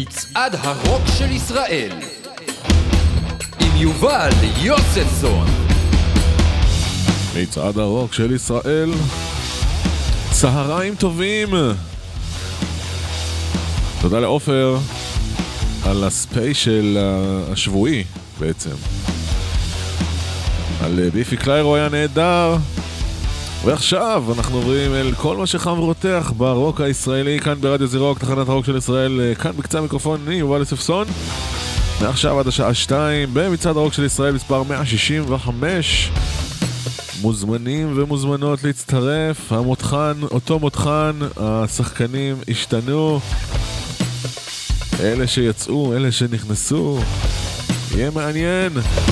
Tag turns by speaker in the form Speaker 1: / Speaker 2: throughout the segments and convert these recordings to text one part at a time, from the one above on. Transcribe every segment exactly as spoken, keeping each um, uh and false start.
Speaker 1: מצעד הרוק של ישראל עם יובל יוספסון.
Speaker 2: מצעד הרוק של ישראל, צהריים טובים. תודה לעופר על הספיישל השבועי בעצם, על ביפי קליירו, היה נהדר. ועכשיו אנחנו עוברים אל כל מה שחם ורותח ברוק הישראלי, כאן ברדיו זי רוק, תחנת הרוק של ישראל, כאן בקצה המיקרופון, אני יובל יוספסון. מעכשיו עד השעה שתיים במצעד הרוק של ישראל מספר מאה שישים וחמש. מוזמנים ומוזמנות להצטרף. המותחן, אותו מותחן, השחקנים השתנו, אלה שיצאו, אלה שנכנסו, יהיה מעניין.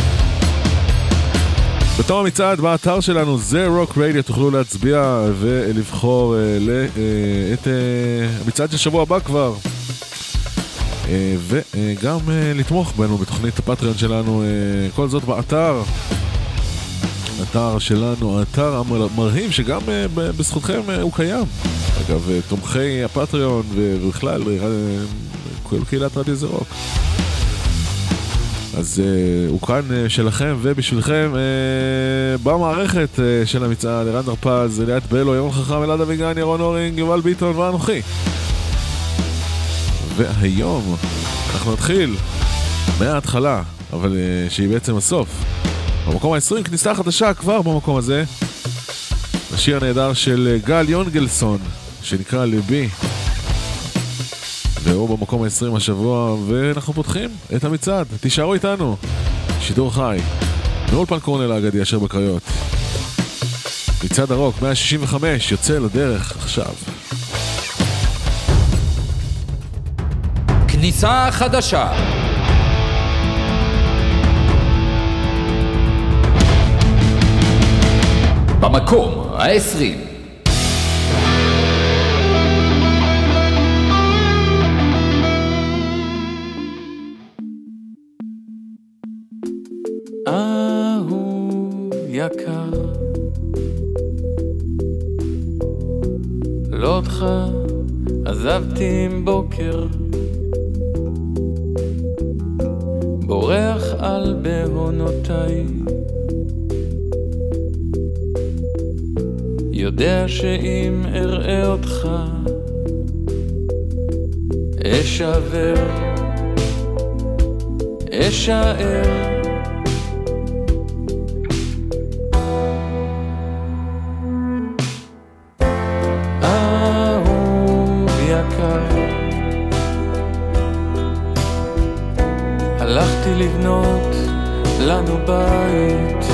Speaker 2: בתום המצעד באתר שלנו זה רוק רדיו תוכלו להצביע ולבחור את המצעד של שבוע הבא כבר, וגם לתמוך בנו בתוכנית הפטריון שלנו, כל זאת באתר אתר שלנו, האתר המרהיב שגם בזכותכם הוא קיים. אגב, תומכי הפטריון ובכלל כל קהילת רדיו זי רוק, אז uh, הוא כאן uh, שלכם ובשבילכם uh, במערכת uh, של המצעד. ערן דרפז, ליאת בלו, ירון חכם, אלעד אביגן, ירון אורינג, יובל ביטון ואנוכי. והיום אנחנו נתחיל מההתחלה, אבל uh, שהיא בעצם הסוף. במקום ה-עשרים, כניסה חדשה כבר במקום הזה, השיר הנהדר של גל יונגלסון שנקרא ליבי, והוא במקום ה-עשרים השבוע, ואנחנו פותחים את המצעד. תישארו איתנו, שידור חי מאולפן קורנל האגדי אשר בקריות. מצעד הרוק מאה שישים וחמש יוצא לדרך עכשיו.
Speaker 1: כניסה חדשה. במקום ה-עשרים.
Speaker 3: יקר, לא אותך עזבתי עם בוקר, בורח על בהונותיי, יודע שאם אראה אותך אשבר, אשאר, הלכתי לבנות לנו בית,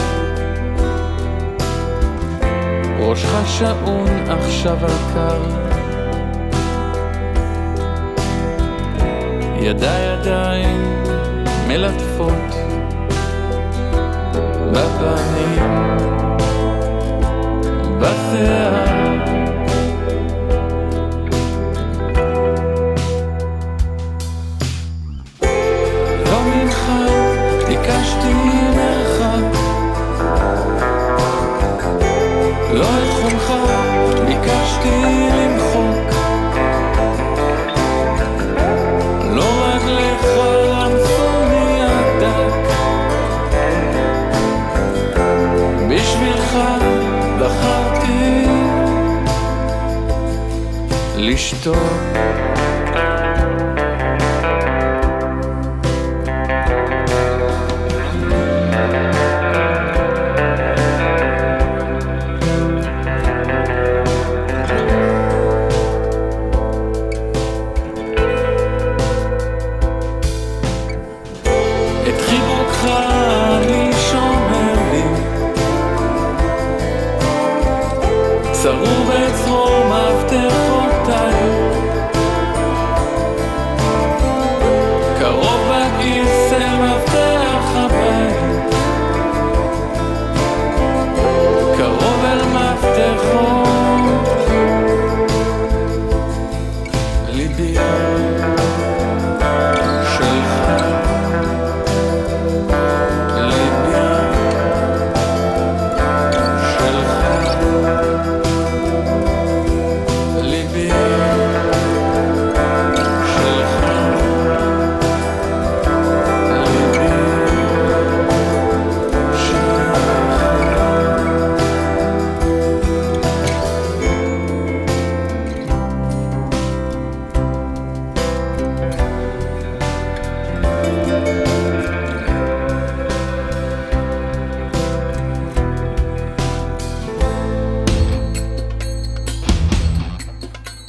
Speaker 3: ראשך שעון עכשיו על קר, ידיי עדיין מלטפות בפנים, בשיער, ביקשתי מרחק, לא את חומך ביקשתי למחוק, לא רק לך למצוא מידק, בשבילך בחרתי לשתוק. צרוב אצרו מפתחותיי, קרוב בכיס אל מפתח הבית, קרוב אל מפתחות ליבי שלך, ליבי שלך.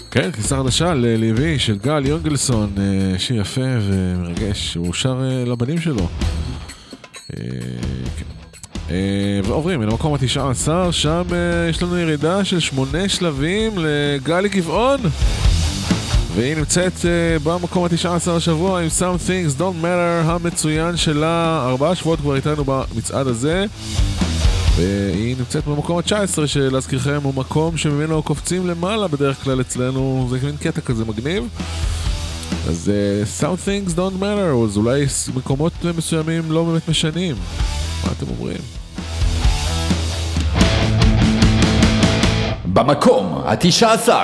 Speaker 2: כן, כניסה חדשה לליווי של גל יונגלסון, שיר יפה ומרגש, הוא שר לבנים שלו. ועוברים למקום התשעה עשר, שם יש לנו ירידה של שמונה שלבים לגלי גבעון, והיא נמצאת במקום התשעה עשר השבוע עם Some Things Don't Matter המצוין שלה, ארבעה שבועות כבר איתנו במצעד הזה, והיא נמצאת במקום ה-תשע עשרה שלהזכירכם הוא מקום שממנו קופצים למעלה בדרך כלל אצלנו, זה מין קטע כזה מגניב. אז uh, Some Things Don't Matter, אז אולי מקומות מסוימים לא באמת משנים. מה אתם אומרים?
Speaker 1: במקום התשע עשר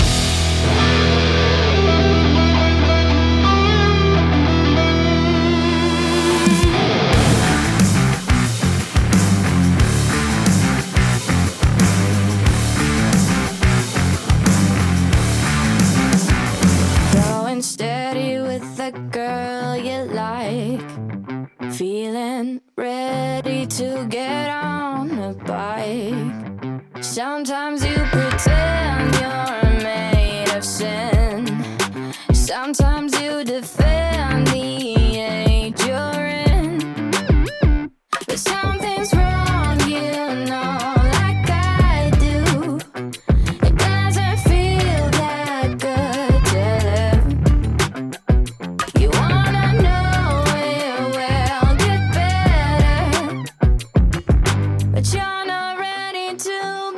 Speaker 4: Feeling ready to get on a bike. Sometimes you pretend you're made of sin. Sometimes you defend the age you're in. But something's wrong, you know, like I do. It doesn't feel that good to live. You wanna know it will get better, but you're not ready to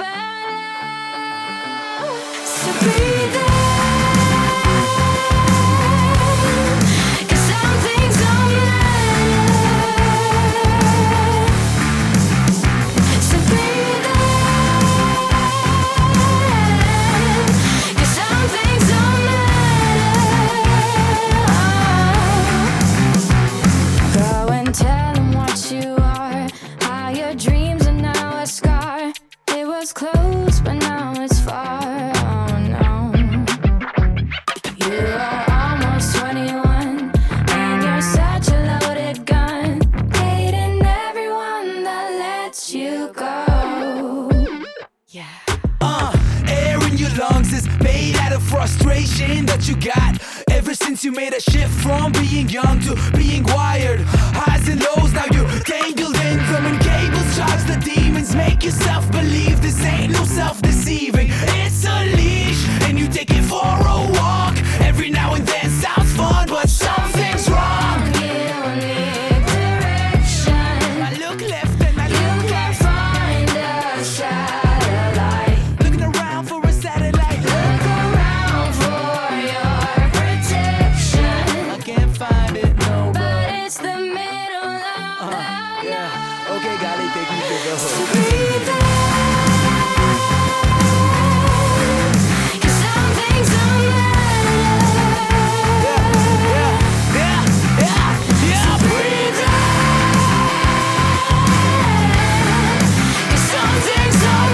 Speaker 4: better. So breathe in. Close, but now it's far. Oh no. You are almost twenty-one, and you're such a loaded gun, dating everyone that lets you go. Yeah.
Speaker 5: Uh, air in your lungs is made out of frustration that you got ever since you made a shift from being young to being wired. Highs and lows, now you're tangled in them, and cables charge the demons. Make yourself believe this ain't no self-deceiving. It's a leash, and you take it for a walk. Every now and then sounds fun, but something's wrong.
Speaker 4: You need direction.
Speaker 5: I look left and I
Speaker 4: You
Speaker 5: look
Speaker 4: can't
Speaker 5: right,
Speaker 4: find a satellite.
Speaker 5: looking around for a satellite.
Speaker 4: Look around for your protection,
Speaker 5: I can't find it, no,
Speaker 4: but it's the middle of the night.
Speaker 5: yeah. Okay, got it, take me to the hood.
Speaker 4: Breathe in, 'cause some things don't matter.
Speaker 5: Yeah, yeah, yeah, yeah.
Speaker 4: Breathe in, 'cause some things don't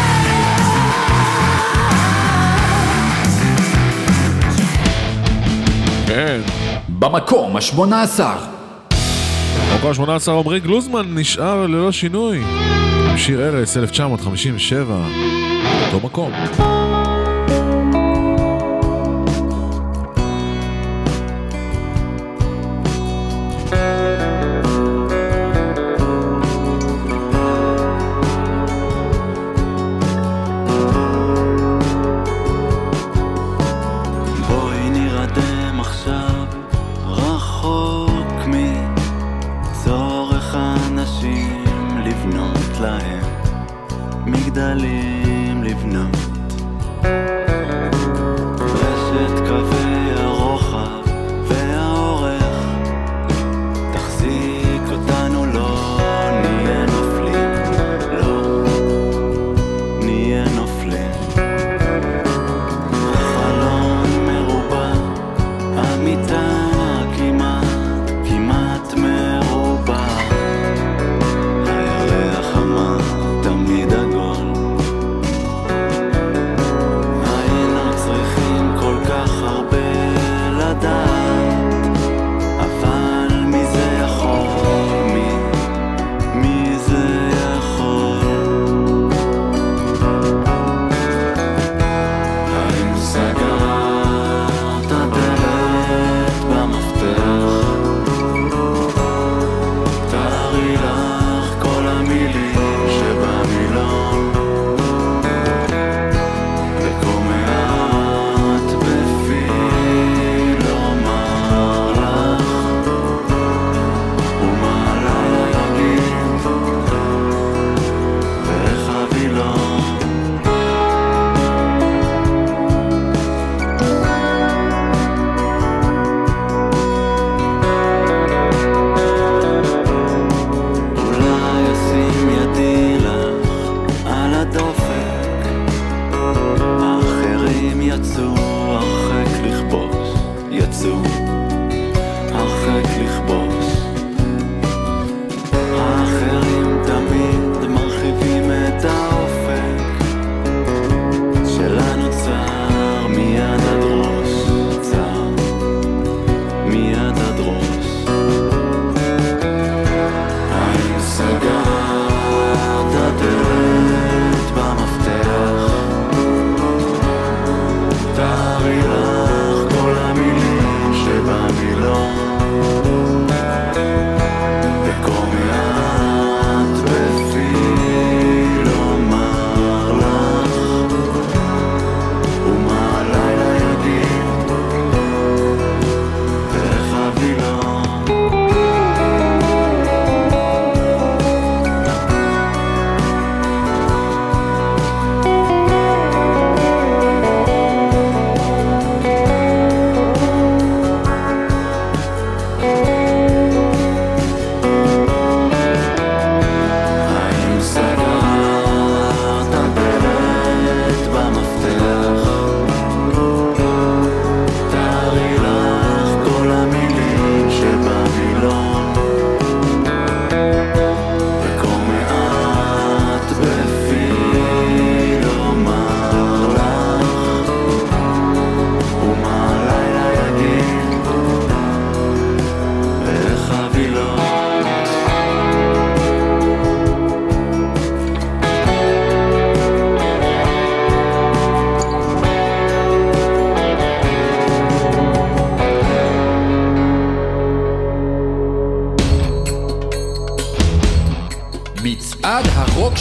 Speaker 4: matter.
Speaker 2: כן.
Speaker 1: במקום ה-שמונה עשר
Speaker 2: במקום ה-שמונה עשר עמרי גלוזמן נשאר ללא שינוי. שיר ארץ אלף תשע מאות חמישים ושבע. אותו מקום.
Speaker 6: בואי נרדם עכשיו רחוק מצורך אנשים לבנות להם מגדלים לבנות רשת קווי הרוחב והאורך תחזיק אותנו, לא נהיה נופלים, לא נהיה נופלים. החלון מרובע, המיטה כמעט, כמעט מרובע, הירח המר תמיד עגול.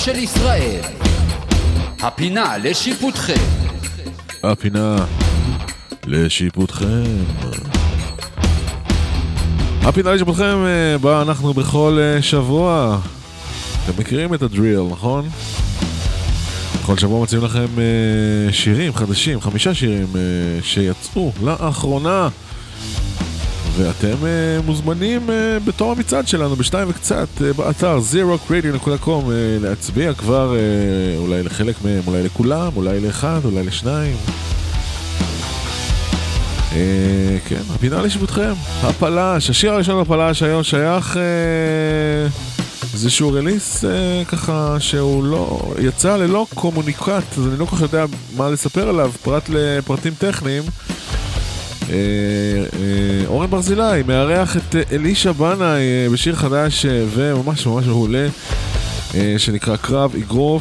Speaker 1: של ישראל. הפינה לשיפוטכם.
Speaker 2: הפינה לשיפוטכם. הפינה לשיפוטכם בה אנחנו בכל שבוע. אתם מכירים את הדריל, נכון? בכל שבוע מציעים לכם שירים חדשים, חמישה שירים שיצאו לאחרונה, ואתם מוזמנים בתור המצעד שלנו בשתיים וקצת באתר זי רוק רדיו נקודה קום להצביע כבר אולי לחלק מהם, אולי לכולם, אולי לאחד, אולי לשניים. כן, הפינה לשיפוטכם. הפלש, השיר הראשון בפלש היום שייך איזשהו רליס ככה שהוא לא יצא ללא קומוניקט, אז אני לא כל כך יודע מה לספר עליו פרט לפרטים טכניים. אורן ברזילי מארח את אלישע בנאי בשיר חדש וממש ממש מעולה שנקרא קרב אגרוף,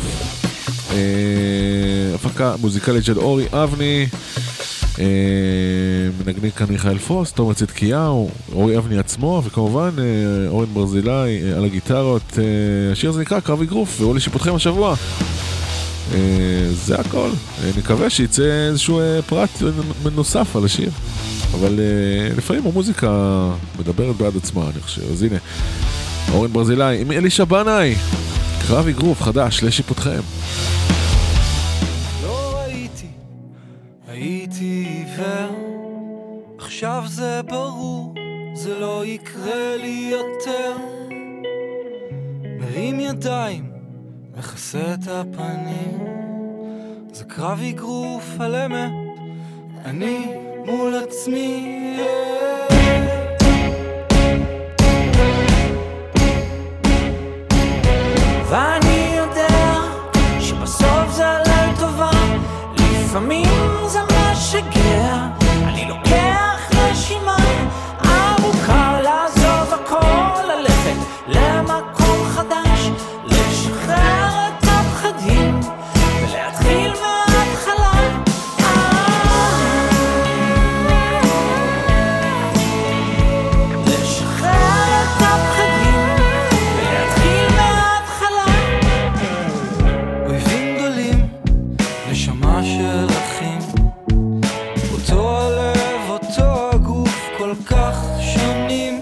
Speaker 2: הפקה מוזיקלית של אורי אבני, מנגנים כאן מיכאל פוס, תומר צדקיהו, אורי אבני עצמו, וכמובן אורן ברזילי על הגיטרות. השיר הזה נקרא קרב אגרוף והוא לשיפוטכם השבוע. זה הכל. נקווה שיצא איזשהו פרט נוסף על השיר, אבל לפעמים המוזיקה מדברת בעד עצמה, אני חושב. אז הנה, אורן ברזילי עם אלישע בנאי, קרב אגרוף חדש לשיפוטכם.
Speaker 5: לא ראיתי, הייתי עיוור, עכשיו זה ברור, זה לא יקרה לי יותר. מרים ידיים, מכסה את הפנים, זה קרב אגרוף על אמת, אני מול עצמי. ואני יודע שבסוף זה ליל טובה, לפעמים זה משגע, אני לוקח נשימה ארוכה, לעזוב הכל, ללכת למקום חדש, לשחרר את הפחדים ולהתחיל מההתחלה. לשחרר את הפחדים ולהתחיל מההתחלה. אויבים גדולים, נשמה של אחים, אותו הלב, אותו הגוף, כל כך שונים,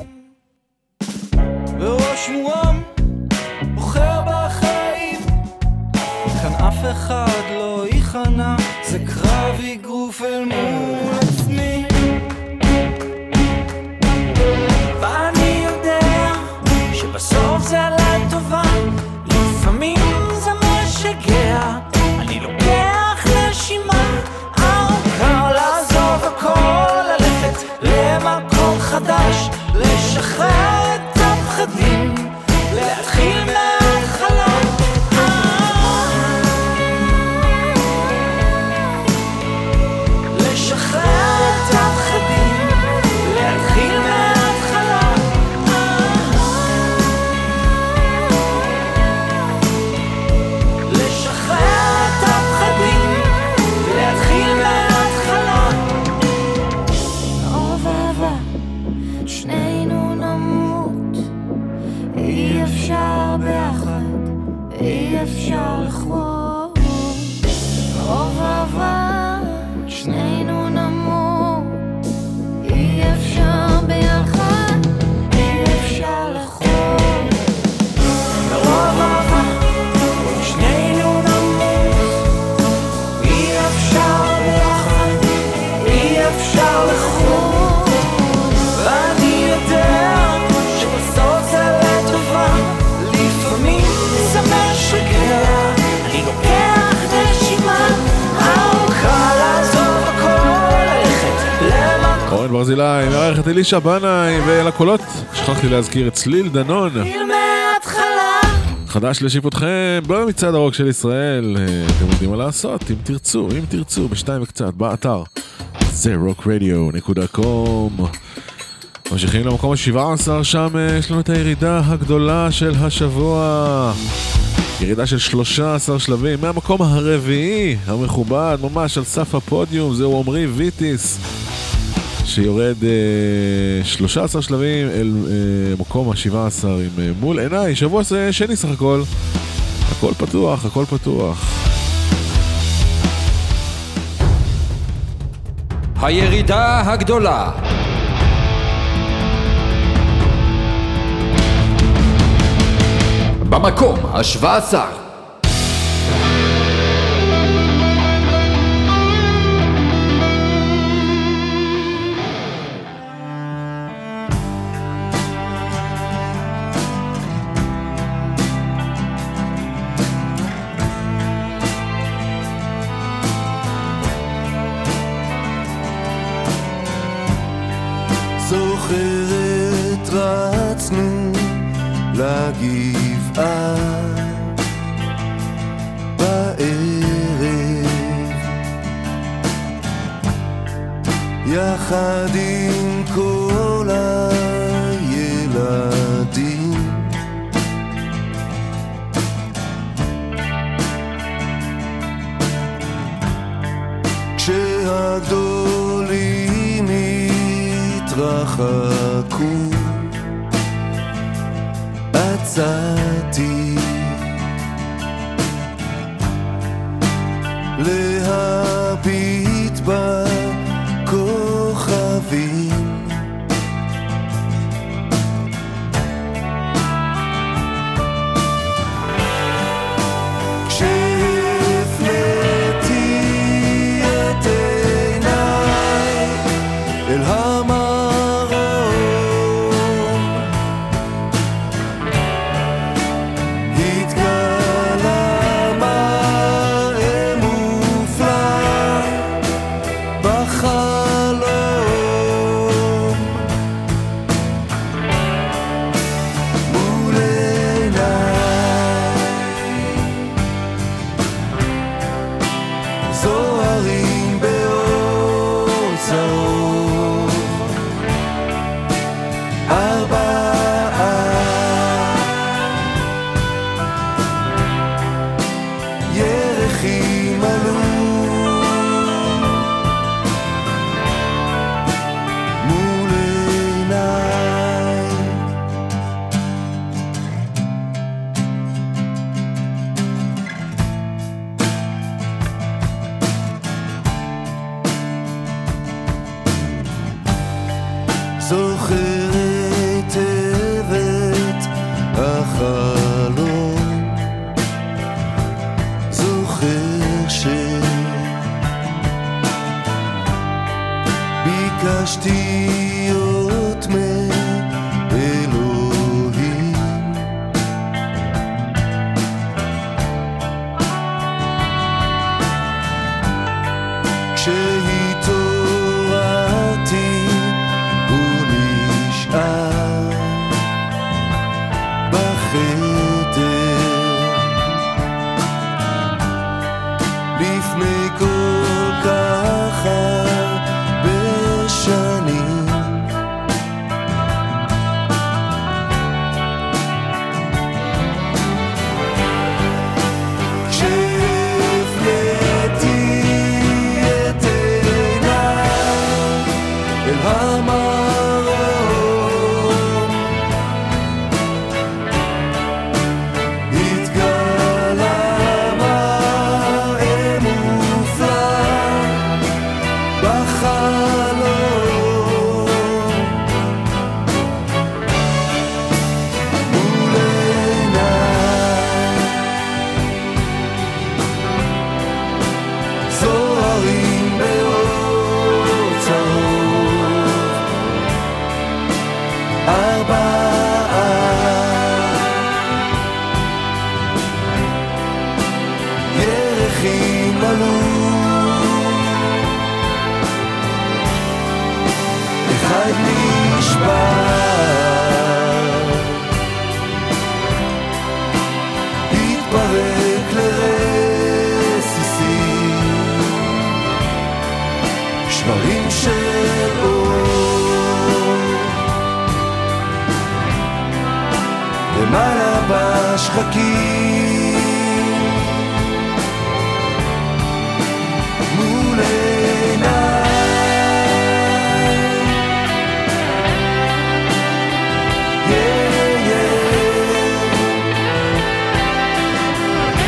Speaker 5: בראש מורם בוחר בחיים, כאן אף אחד לא ייכנע, זה קרב אגרוף אל מול עצמי. ואני יודע שבסוף זה ליל טובה, לפעמים זה משגע, אני לוקח נשימה ארוכה, לעזוב הכל, ללכת למקום חדש, לשחרר את הפחדים, להתחיל מההתחלה. לשחרר את הפחדים, להתחיל מההתחלה. לשחרר את הפחדים, להתחיל מההתחלה. אהוב אהבה, שנינו נמות, אי אפשר ביחד, אי אפשר לחוות. אהוב אהבה, שנינו נמות, אי אפשר ביחד, אי אפשר לחוות. אהוב אהבה, שנינו נמות, אי אפשר ביחד, אי אפשר לחוות. ואני יודע שבסוף זה לטובה, לפעמים זה משגע, אני לוקח נשימה ארוכה, לעזוב הכל, ללכת למקום.
Speaker 2: אורן ברזילי מארח את אלישע בנאי, ולקולות שכחתי להזכיר את צליל דנון,
Speaker 5: מההתחלה.
Speaker 2: חדש לשיפוטכם במצעד הרוק של ישראל. אתם יודעים מה לעשות, אם תרצו, אם תרצו, בשתיים וקצת באתר זי רוק רדיו נקודה קום. ממשיכים למקום ה-שבע עשרה, שם יש לנו את הירידה הגדולה של השבוע, ירידה של שלושה עשר שלבים מהמקום הרביעי המכובד ממש על סף הפודיום, זהו עומרי ויטיס שיורד אה, שלושה עשר שלבים אל אה, מקום ה-שבע עשר עם אה, מול עיניי, שבוע שני סך הכל. הכל פתוח, הכל פתוח.
Speaker 1: הירידה הגדולה. במקום השבע עשר.
Speaker 7: זוכרת רצנו לגבעה בערב יחד עם כל הילדים כשהגדולים התרחקו עצרתי להביט בכוכבים כשהפניתי את עיניי אל זוכרת את החלום זוכר שביקשתי אות מאלוהים כשהתעוררתי בחדר לפני כל כך הרבה שנים כשהפניתי את עיניי אל המרום התגלה מראה מופלא בחלום מול עיניי זוהרים באור צהוב ארבעה ירחים עלו אחד נשבר התפרק לרסיסים שברים של אור למעלה בשחקים מול עיניי yeah, yeah.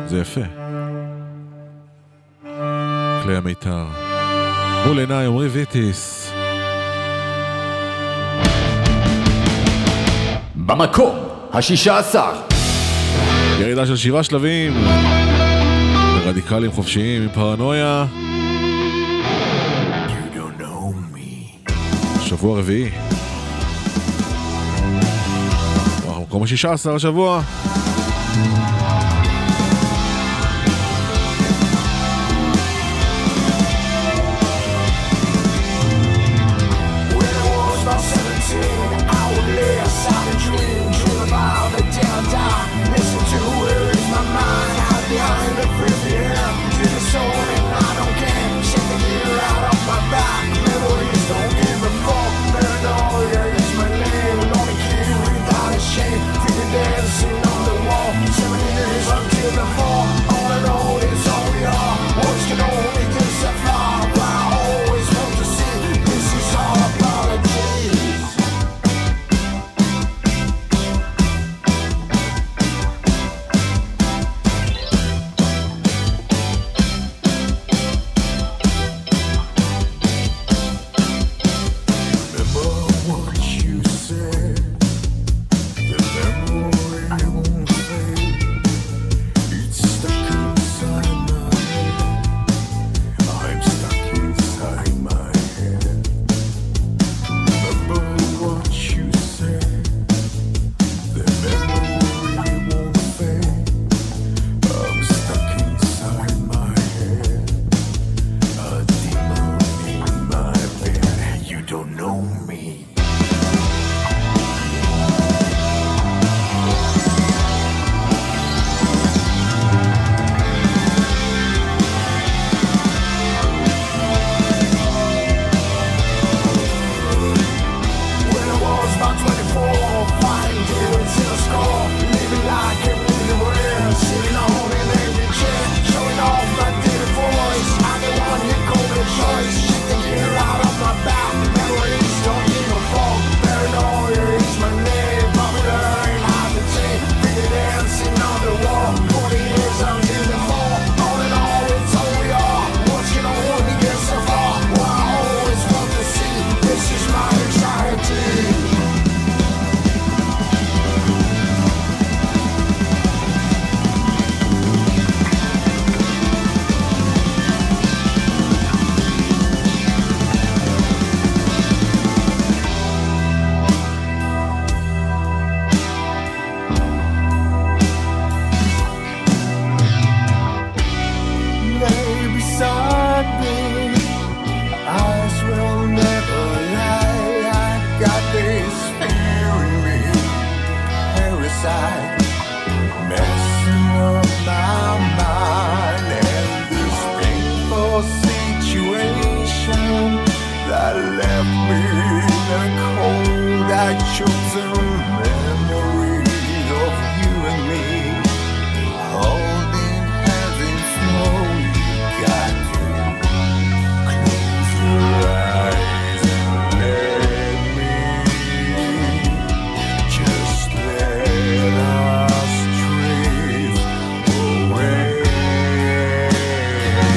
Speaker 2: זה יפה. כלי המיתר. מול עיניי עמרי ויטיס.
Speaker 1: במקום השישה עשר.
Speaker 2: ירידה של שבעה שלבים. רדיקלים חופשיים עם פרנויה. שבוע רביעי. אנחנו מקום השישה עשר השבוע.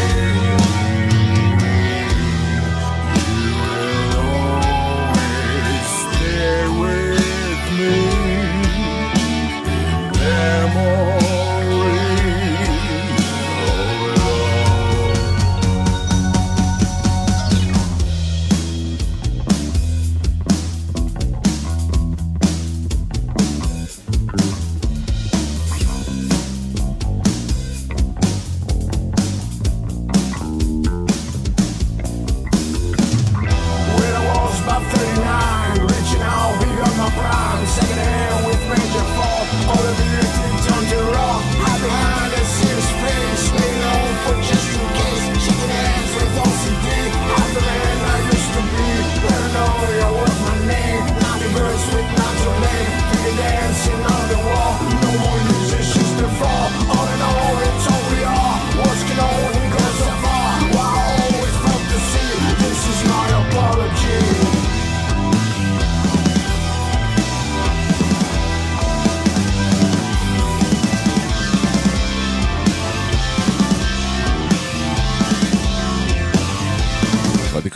Speaker 7: Away.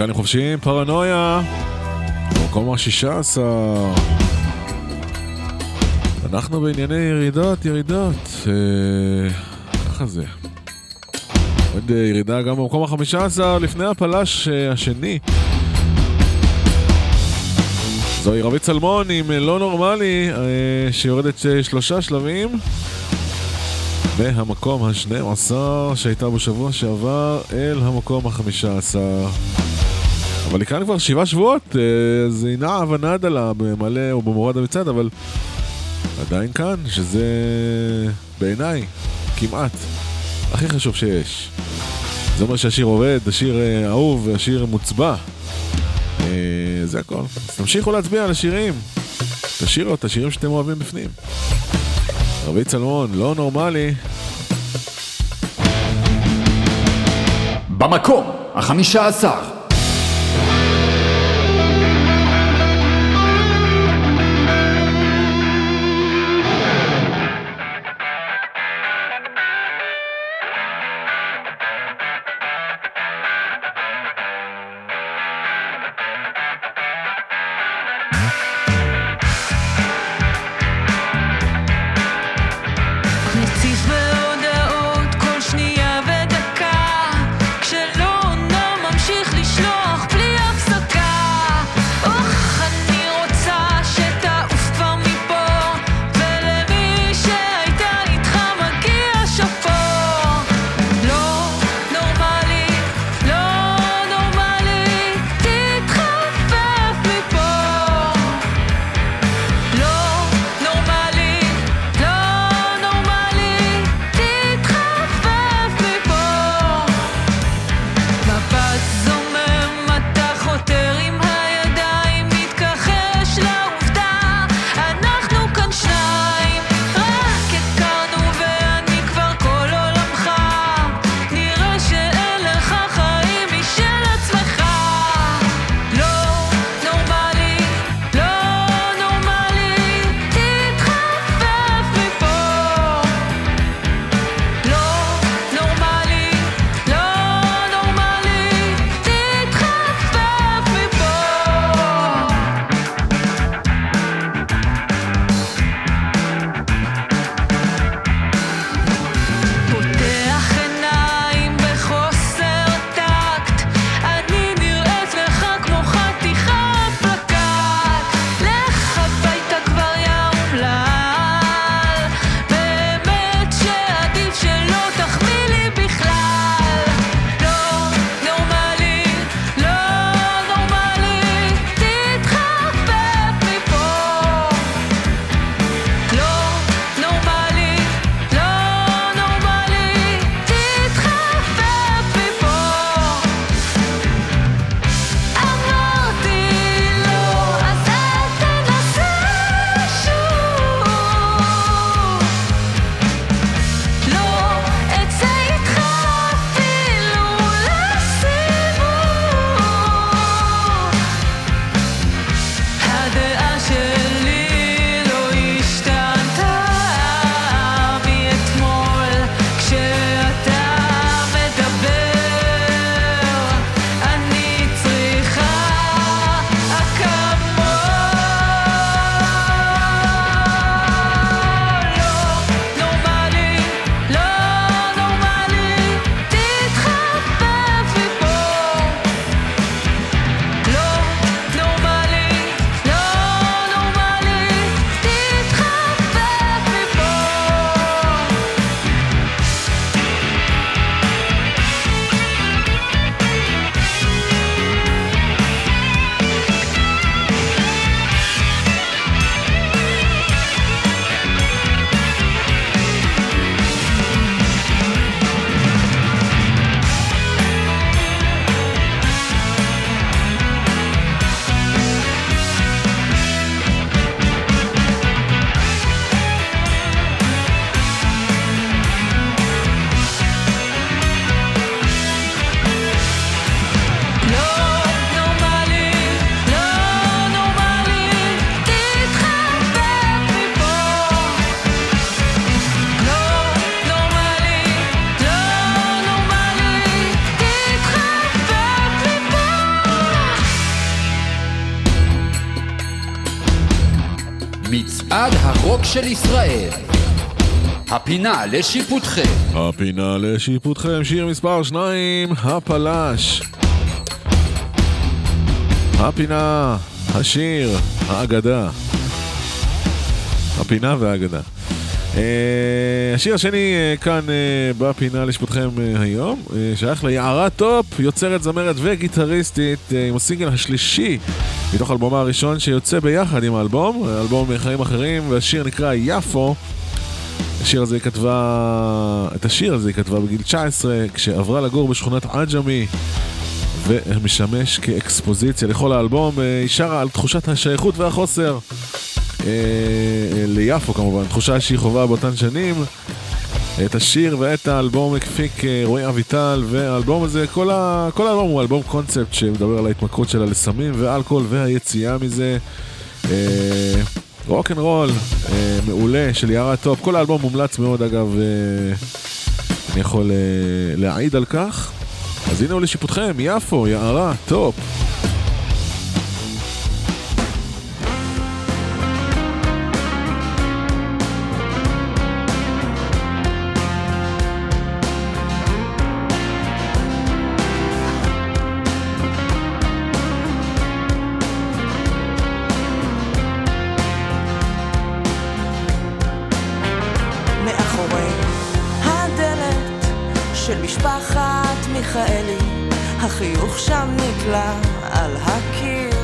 Speaker 2: כאן חופשיים, פרנויה, במקום ה-שישה עשר. אנחנו בענייני ירידות, ירידות, אה, ככה זה. עוד ירידה גם במקום ה-חמישה עשר, לפני הפלש אה, השני. זוהי רבית צלמון עם לא נורמלי, אה, שיורדת אה, שלושה שלבים. מהמקום ה-שנים עשר שהייתה בשבוע שעבר אל המקום ה-חמישה עשר. אבל היא כאן כבר שבעה שבועות, אז היא נעה ונדה לה במלא או במורד המצד, אבל עדיין כאן, שזה בעיניי כמעט הכי חשוב שיש. זה אומר שהשיר עובד, השיר אהוב והשיר מוצבע. זה הכל. אז תמשיכו להצביע על השירים. תשאירו את השירים שאתם אוהבים בפנים. רבי צלמון, לא נורמלי.
Speaker 1: במקום החמישה עשר.
Speaker 8: להודעות כל שנייה ודקה, כשלא עונה ממשיך לשאול
Speaker 1: תחנת הרוק של ישראל. הפינה לשיפוטכם.
Speaker 2: הפינה לשיפוטכם, שיר מספר שניים, הפלש. הפינה, השיר, האגדה. הפינה והאגדה. Uh, השיר השני uh, כאן uh, בפינה לשפוטכם uh, היום uh, שייך ליערה טופ, יוצרת, זמרת וגיטריסטית uh, עם הסינגל השלישי מתוך אלבומה הראשון שיוצא ביחד עם האלבום, אלבום חיים אחרים, והשיר נקרא יפו. השיר הזה היא כתבה, את השיר הזה היא כתבה בגיל תשע עשרה כשעברה לגור בשכונת עג'מי, ומשמש כאקספוזיציה לכל האלבום. היא שרה על תחושת השייכות והחוסר ליפו, כמובן, תחושה שהיא חובה באותן שנים. את השיר ואת האלבום הפיק רועי אביטל, והאלבום הזה, כל, ה... כל האלבום הוא אלבום קונספט שמדבר על ההתמכרות שלה לסמים ואלכוהול והיציאה מזה. רוק אנד רול מעולה של יערה טופ. כל האלבום מומלץ מאוד, אגב, אני יכול להעיד על כך. אז הנה הוא לשיפוטכם, יפו, יערה טופ.
Speaker 8: החיוך שם נקלע על הקיר,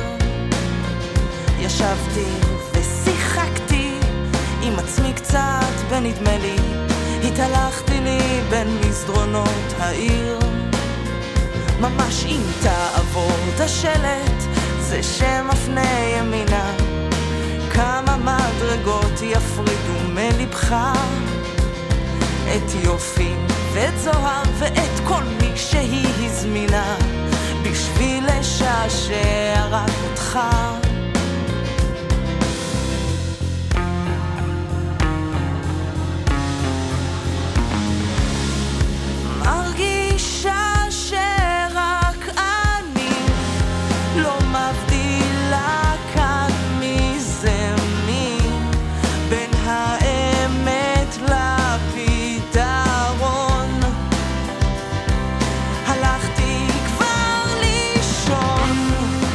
Speaker 8: ישבתי ושיחקתי עם עצמי קצת בנדמה לי, התהלכתי לי בין מסדרונות העיר, ממש אם תעבור את השלט זה שמפנה ימינה, כמה מדרגות יפרידו מלבך את יופי ואת זוהר ואת כל מי שהיא הזמינה בשביל לשעשע רק אותך. מרגישה שרק אני לא מבדילה כאן מזה מי בין האמת לפתרון. הלכתי כבר לישון,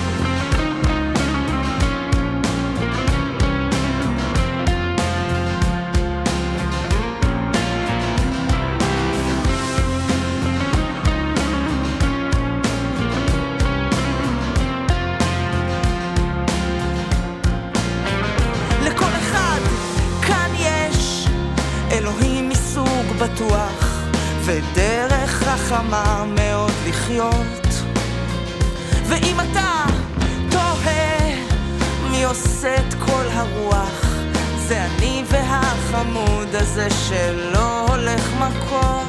Speaker 8: לכל אחד כאן יש אלוהים מסוג בטוח ודרך רחמה מאוד לחיות, ואם אתה תוהה מי עושה את כל הרוח, זה אני והחמוד הזה שלא הולך מכות.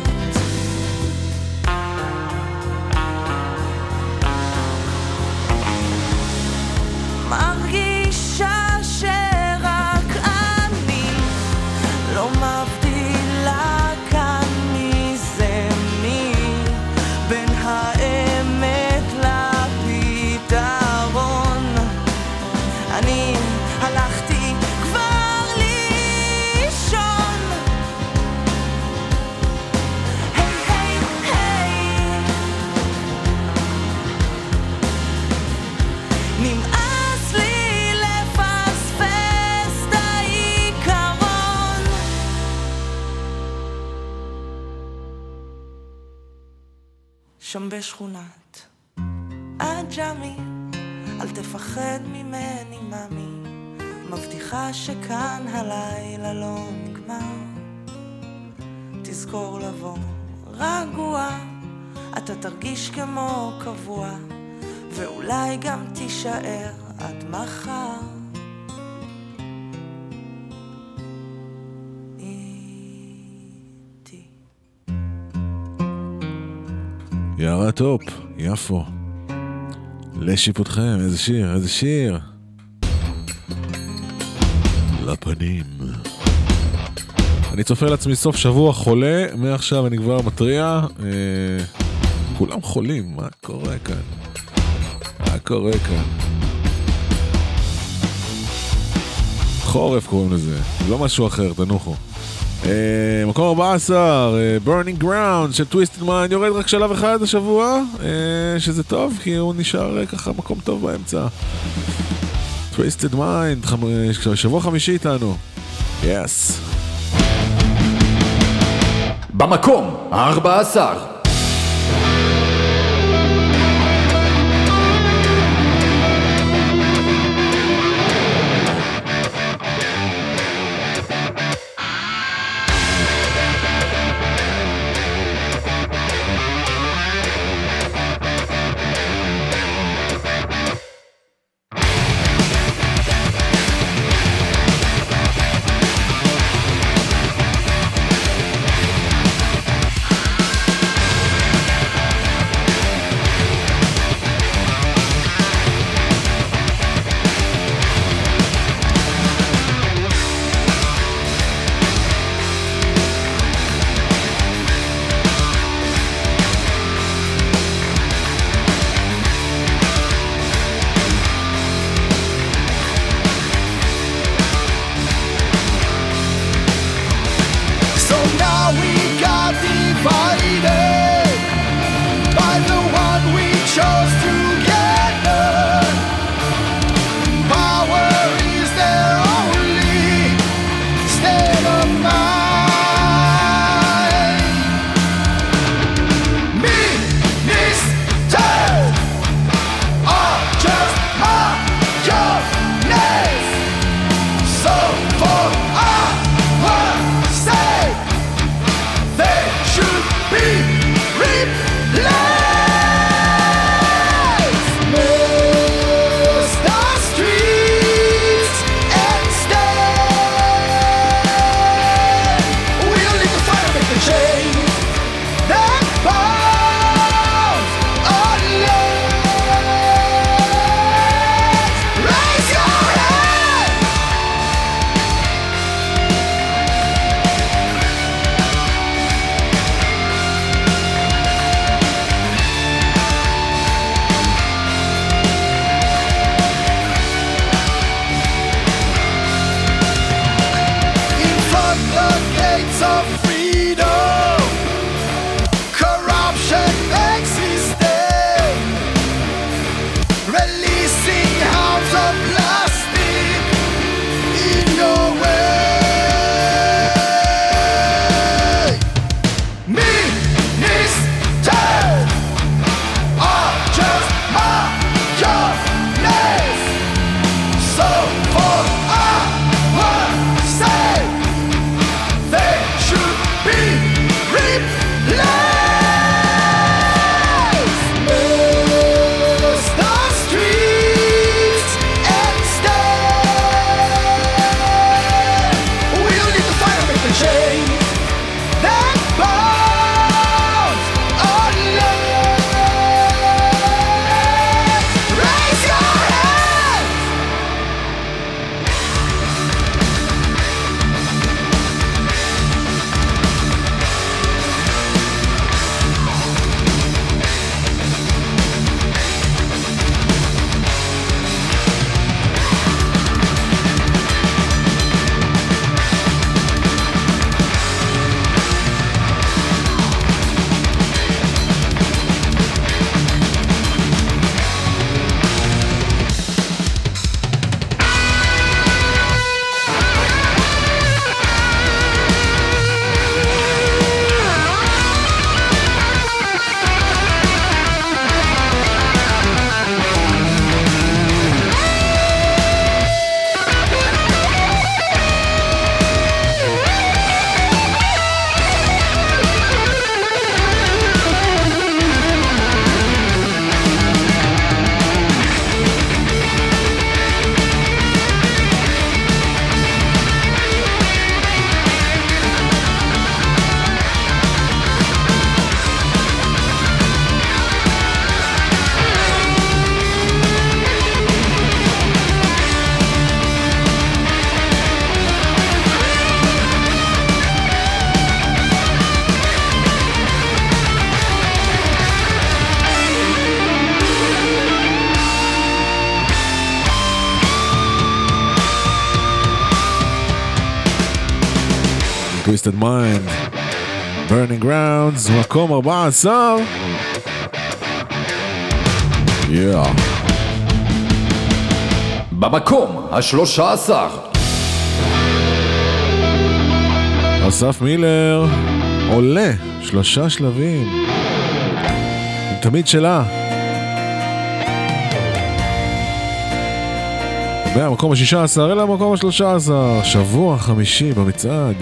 Speaker 8: מרגישה שרק אני לא מבדילה כאן מזה מי בין האמת לפתרון. אני הלכתי כבר לישון, היי היי היי, נמאס לי לפספס את העיקרון. שם בשכונת עג'מי, אל תפחד ממני ממי, מבטיחה שכאן הלילה לא נגמר, תזכור לבוא רגוע, אתה תרגיש כמו קבוע, ואולי גם תישאר עד מחר. איתי
Speaker 2: יערה טופ, יפו. לשיפוטכם, איזה שיר, איזה שיר. לפנים. אני צופה לעצמי סוף שבוע חולה, מעכשיו אני כבר מטריע. אה, כולם חולים, מה קורה כאן? מה קורה כאן? חורף קוראים לזה, לא משהו אחר, תנוחו. Uh, מקום ארבע עשרה, uh, Burning Ground של Twisted Mind, יורד רק שלב אחד השבוע, uh, שזה טוב, כי הוא נשאר uh, ככה מקום טוב באמצע. Twisted Mind, חמ... שבוע חמישי איתנו. Yes.
Speaker 1: במקום ה-ארבע עשרה.
Speaker 2: Twisted Mind, Burning Grounds, מקום ארבע עשר. Yeah.
Speaker 1: במקום השלושה עשר.
Speaker 2: אסף מילר עולה שלושה שלבים. תמיד שלה. והמקום השישה עשר אלה המקום השלושה עשר. שבוע חמישי במצעד.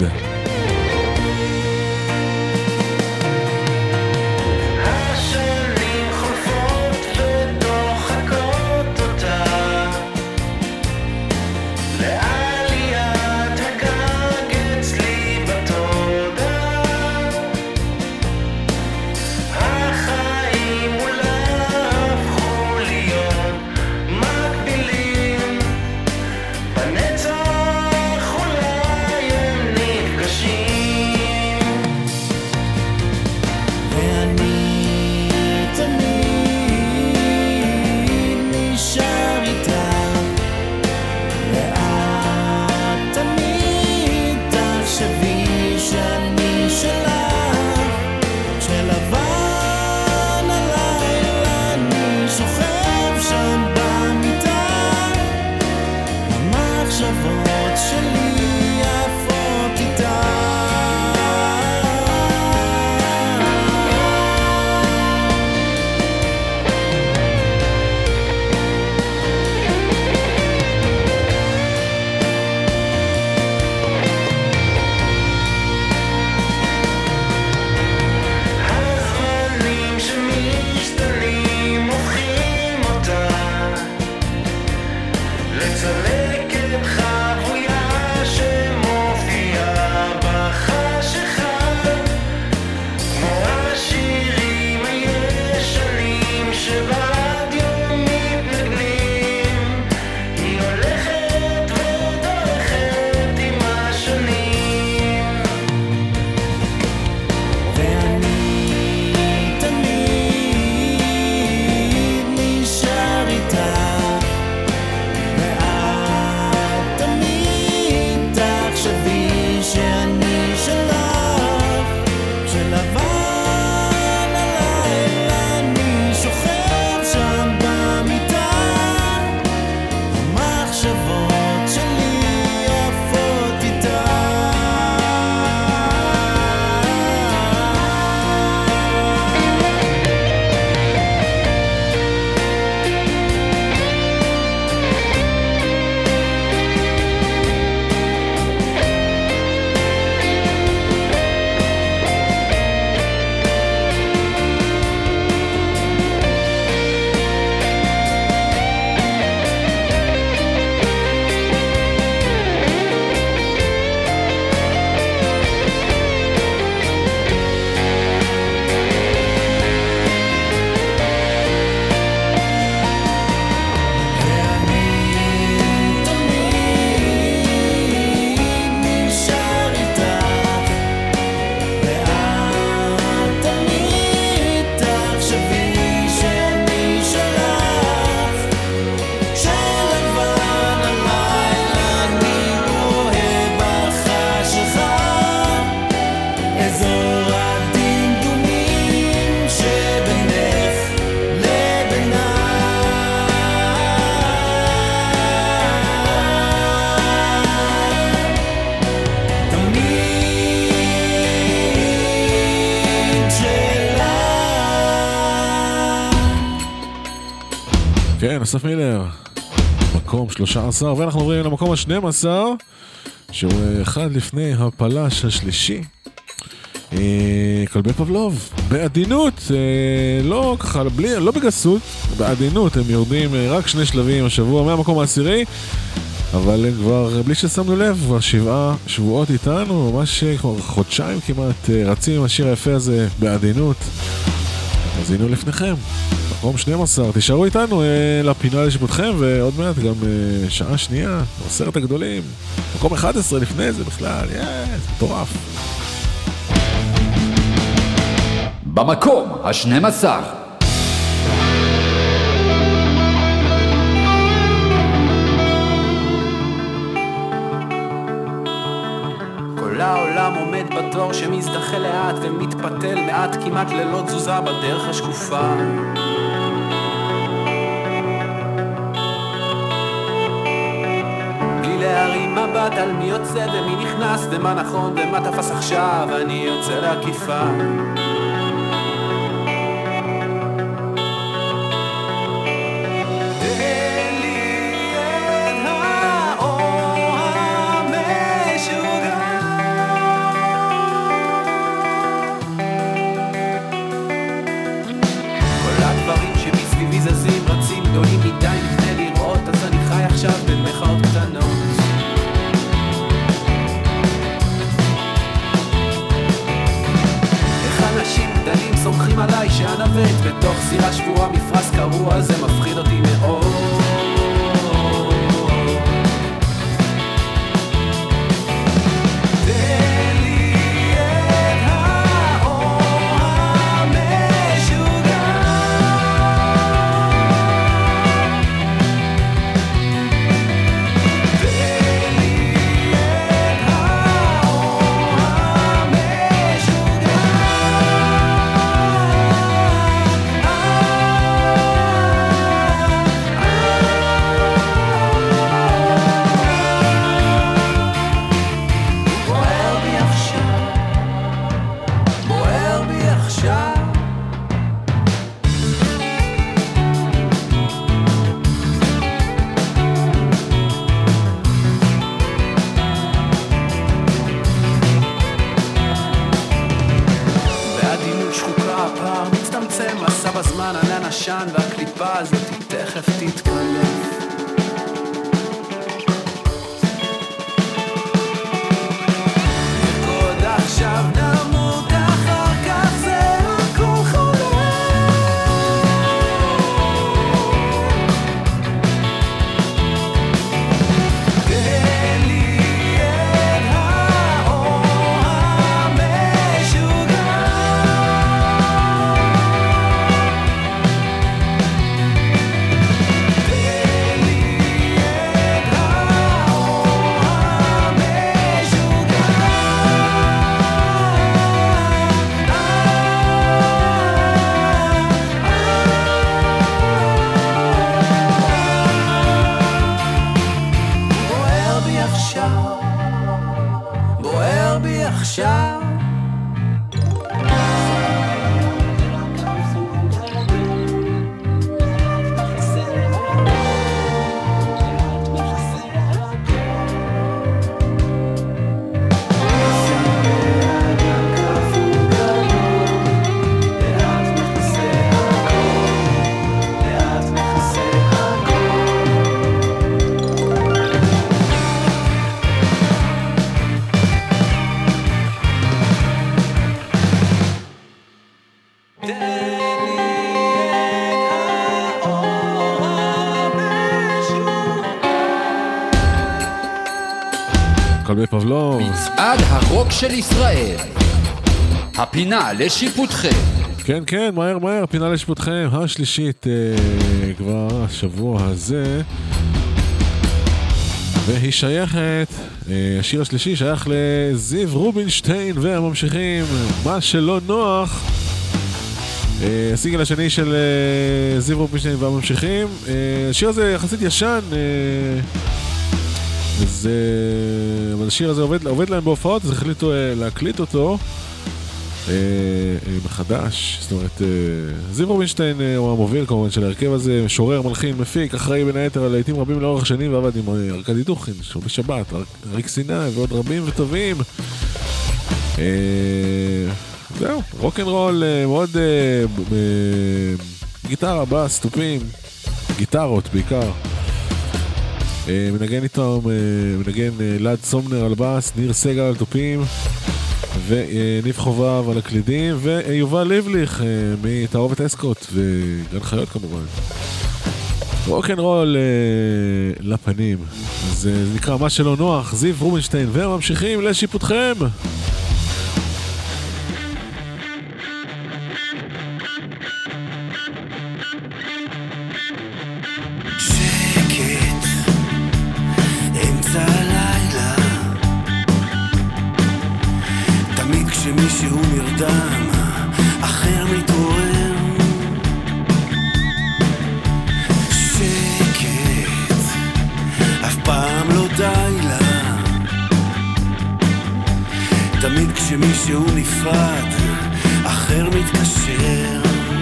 Speaker 2: כן, אסף מילר, מקום שלושה עשר, ואנחנו עוברים למקום ה-שנים עשר, שהוא אחד לפני הפלש השלישי. כלבי פבלוב, בעדינות, לא ככה, בלי, לא בגסות, בעדינות, הם יורדים רק שני שלבים השבוע מהמקום העשירי, אבל הם כבר, בלי ששמנו לב, כבר שבעה שבועות איתנו, ממש כבר חודשיים כמעט רצים עם השיר היפה הזה בעדינות. אז הנה לפניכם, מקום שנים עשר, תישארו איתנו אה, לפינה לשיפוטכם, ועוד מעט גם אה, שעה שנייה, עשרת הגדולים, מקום אחד עשר לפני זה בכלל, יאס, מטורף.
Speaker 1: במקום ה-שנים עשר.
Speaker 5: כל העולם
Speaker 9: אדם עומד בתור שמזדחה לאט ומתפתל מעט כמעט ללא תזוזה בדרך השקופה. בלי להרים מבט על מי יוצא ומי נכנס ומה נכון ומה תפס עכשיו, אני יוצא לעקיפה. בתוך סירה שבורה מפרס קרוע, זה מפחיד אותי מאוד. תן לי את האור המשוגע, תן לי את האור המשוגע. בזמן ענן עשן והקליפה הזאת תכף תתקלף. עוד עכשיו נמות, אחר כך זה הכל חולף. תן לי את האור המשוגע, בוער בי עכשיו.
Speaker 2: כלבי פבלוב.
Speaker 1: מצעד הרוק של ישראל, הפינה לשיפוטכם.
Speaker 2: כן כן, מהר מהר, פינה לשיפוטכם השלישית אה, כבר השבוע הזה, והיא שייכת, אה, השיר השלישי שייך לזיו רובינשטיין והממשיכים, מה שלא נוח. אה, הסיגל השני של אה, זיו רובינשטיין והממשיכים. אה, השיר הזה יחסית ישן, אה, אז, uh, אבל השיר הזה עובד, עובד להם בהופעות, אז החליטו uh, להקליט אותו uh, uh, מחדש. זאת אומרת, uh, זיו רובינשטיין uh, הוא המוביל כמובן של ההרכב הזה, משורר, מלחין, מפיק, אחראי בין היתר על להיטים רבים לאורך השנים, ועבד עם uh, ארכדי דוכין, שהוא בשבת, אריק סיני ועוד רבים וטובים. Uh, זהו, רוק'נ'רול uh, מאוד uh, uh, גיטרה, בס, תופים, גיטרות בעיקר. מנגן איתם, מנגן לד סומנר על בס, ניר סגל על תופים וניב חובב על הקלידים, ויובל ליבליך מתערובת אסקוט וגן חיות כמובן. רוק'נ'רול לפנים. זה נקרא מה שלא נוח, זיו רובינשטיין, וממשיכים לשיפוטכם.
Speaker 6: כשמישהו נרדם, אחר מתעורר. שקט, אף פעם לא די לה. תמיד כשמישהו נפרד, אחר מתקשר.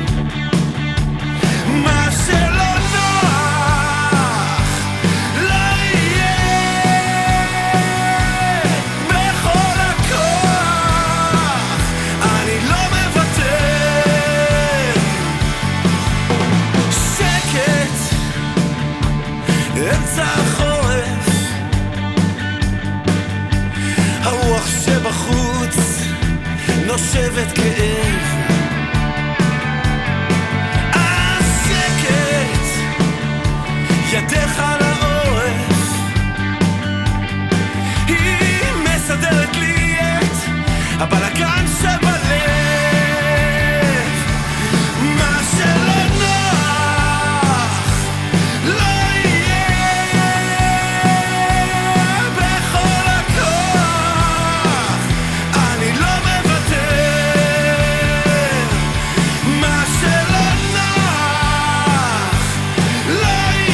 Speaker 6: מה שלא נוח לא יהיה, בכל הכוח אני לא מוותר. שקט, אמצע החורף, הרוח שבחוץ נושבת כאב. ידך על העורף, היא מסדרת לי את הבלגן שבלב. מה שלא נוח לא יהיה, בכל הכוח אני לא מוותר. מה שלא נוח לא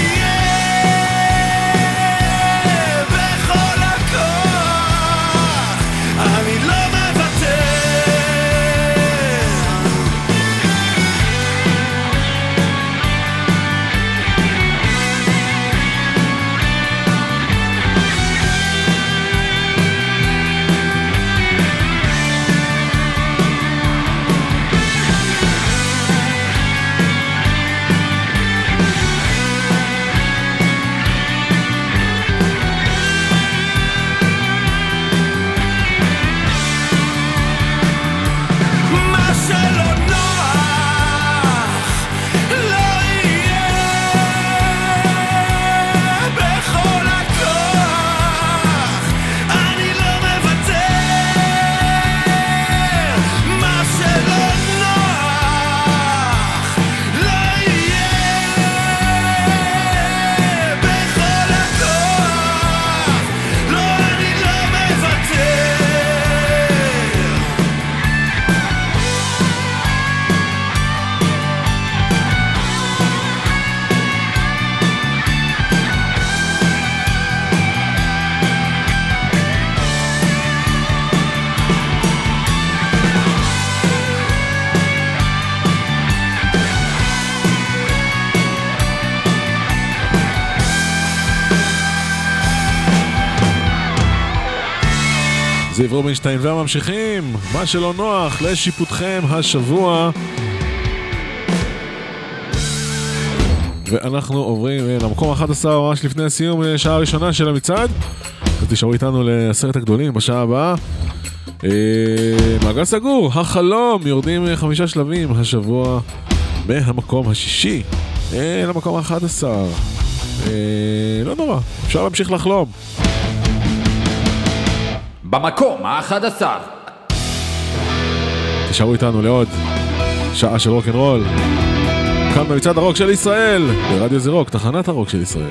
Speaker 2: זיו רובינשטיין והממשיכים, מה שלא נוח לשיפוטכם השבוע. ואנחנו עוברים למקום ה-אחד עשר ממש לפני הסיום, שעה הראשונה של המצעד. אז תשארו איתנו לעשרת הגדולים בשעה הבאה. מעגל סגור, החלום, יורדים חמישה שלבים השבוע מהמקום השישי למקום ה-אחד עשר. לא נורא, אפשר להמשיך לחלום.
Speaker 1: במקום ה-אחד עשר.
Speaker 2: תשארו איתנו לעוד שעה של רוק'נ'רול כאן במצעד הרוק של ישראל ברדיו זה רוק, תחנת הרוק של ישראל.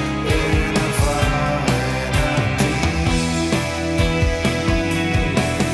Speaker 7: זמן, אין עבר, אין עתיד.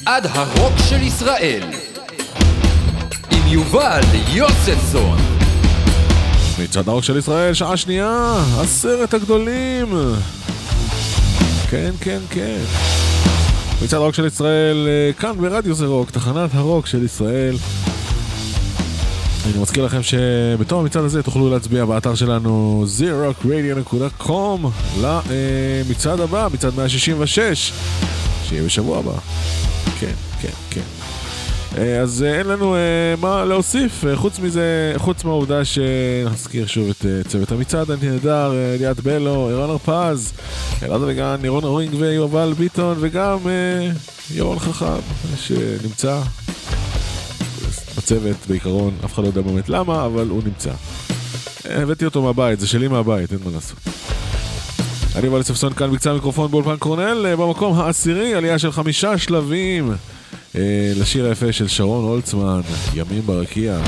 Speaker 1: מצעד הרוק של ישראל עם יובל יוספסון.
Speaker 2: מצעד הרוק של ישראל, שעה שנייה, עשרת הגדולים. כן, כן, כן. מצעד הרוק של ישראל, כאן ברדיו זה רוק, תחנת הרוק של ישראל. אני מזכיר לכם שבתום המצעד הזה תוכלו להצביע באתר שלנו זירו רוק רדיו דוט קום למצעד הבא, מצעד מאה שישים ושש, שיהיה בשבוע הבא. כן, כן, כן. אז אין לנו מה להוסיף, חוץ מזה, חוץ מהעובדה שנחזכיר שוב את צוות המצעד הנהדר, ליאת בלו, ערן הרפז, אלעד וגן, נירון אורינג ויובל ביטון, וגם ירון חכם שנמצא בצוות בעיקרון, אף אחד לא יודע באמת למה, אבל הוא נמצא. הבאתי אותו מהבית, זה שלי מהבית, אין מה לעשות. אני יובל יוספסון כאן בקצה המיקרופון באולפן קורנל, במקום העשירי, עלייה של חמישה שלבים לשיר היפה של שרון הולצמן, ימים ברקיע.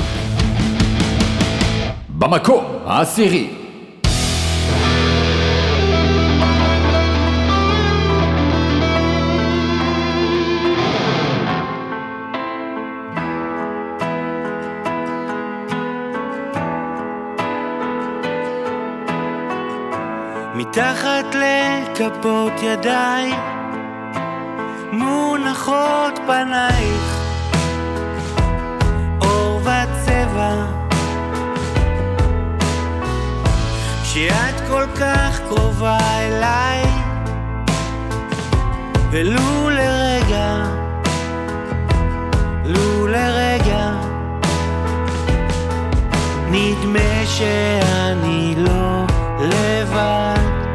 Speaker 1: במקום העשירי
Speaker 10: מתחת לכפות ידיי מונחות פנייך, אור וצבע, שאת כל כך קרובה אליי, ולו לרגע, לו לרגע נדמה שאני לא לבד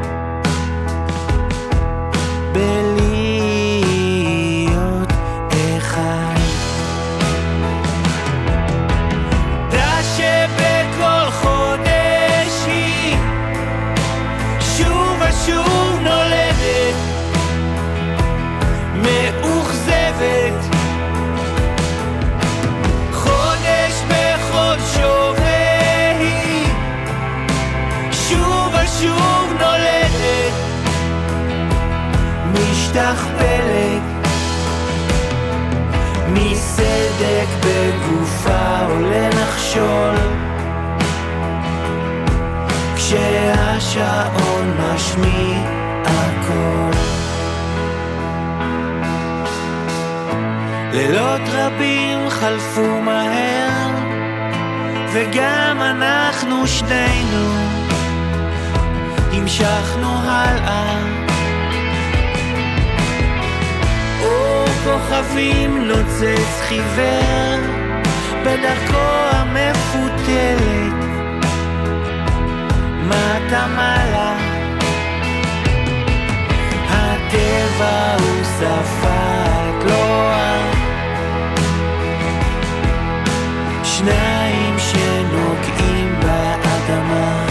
Speaker 10: בלהיות אחד. דע שבכל חודש היא שוב ושוב נולדת מאוכזבת, חודש בחודשו והיא שוב ושוב נולדת משתכפלת, מסדק בגופה עולה נחשול, כשהשעון משמיע הכל. לילות רבים חלפו מהר, וגם אנחנו שנינו המשכנו הלאה. אור כוכבים נוצץ חיוור בדרכו המפותלת מטה מעלה. הטבע הוא שפת לועה, שניים שנוגעים באדמה.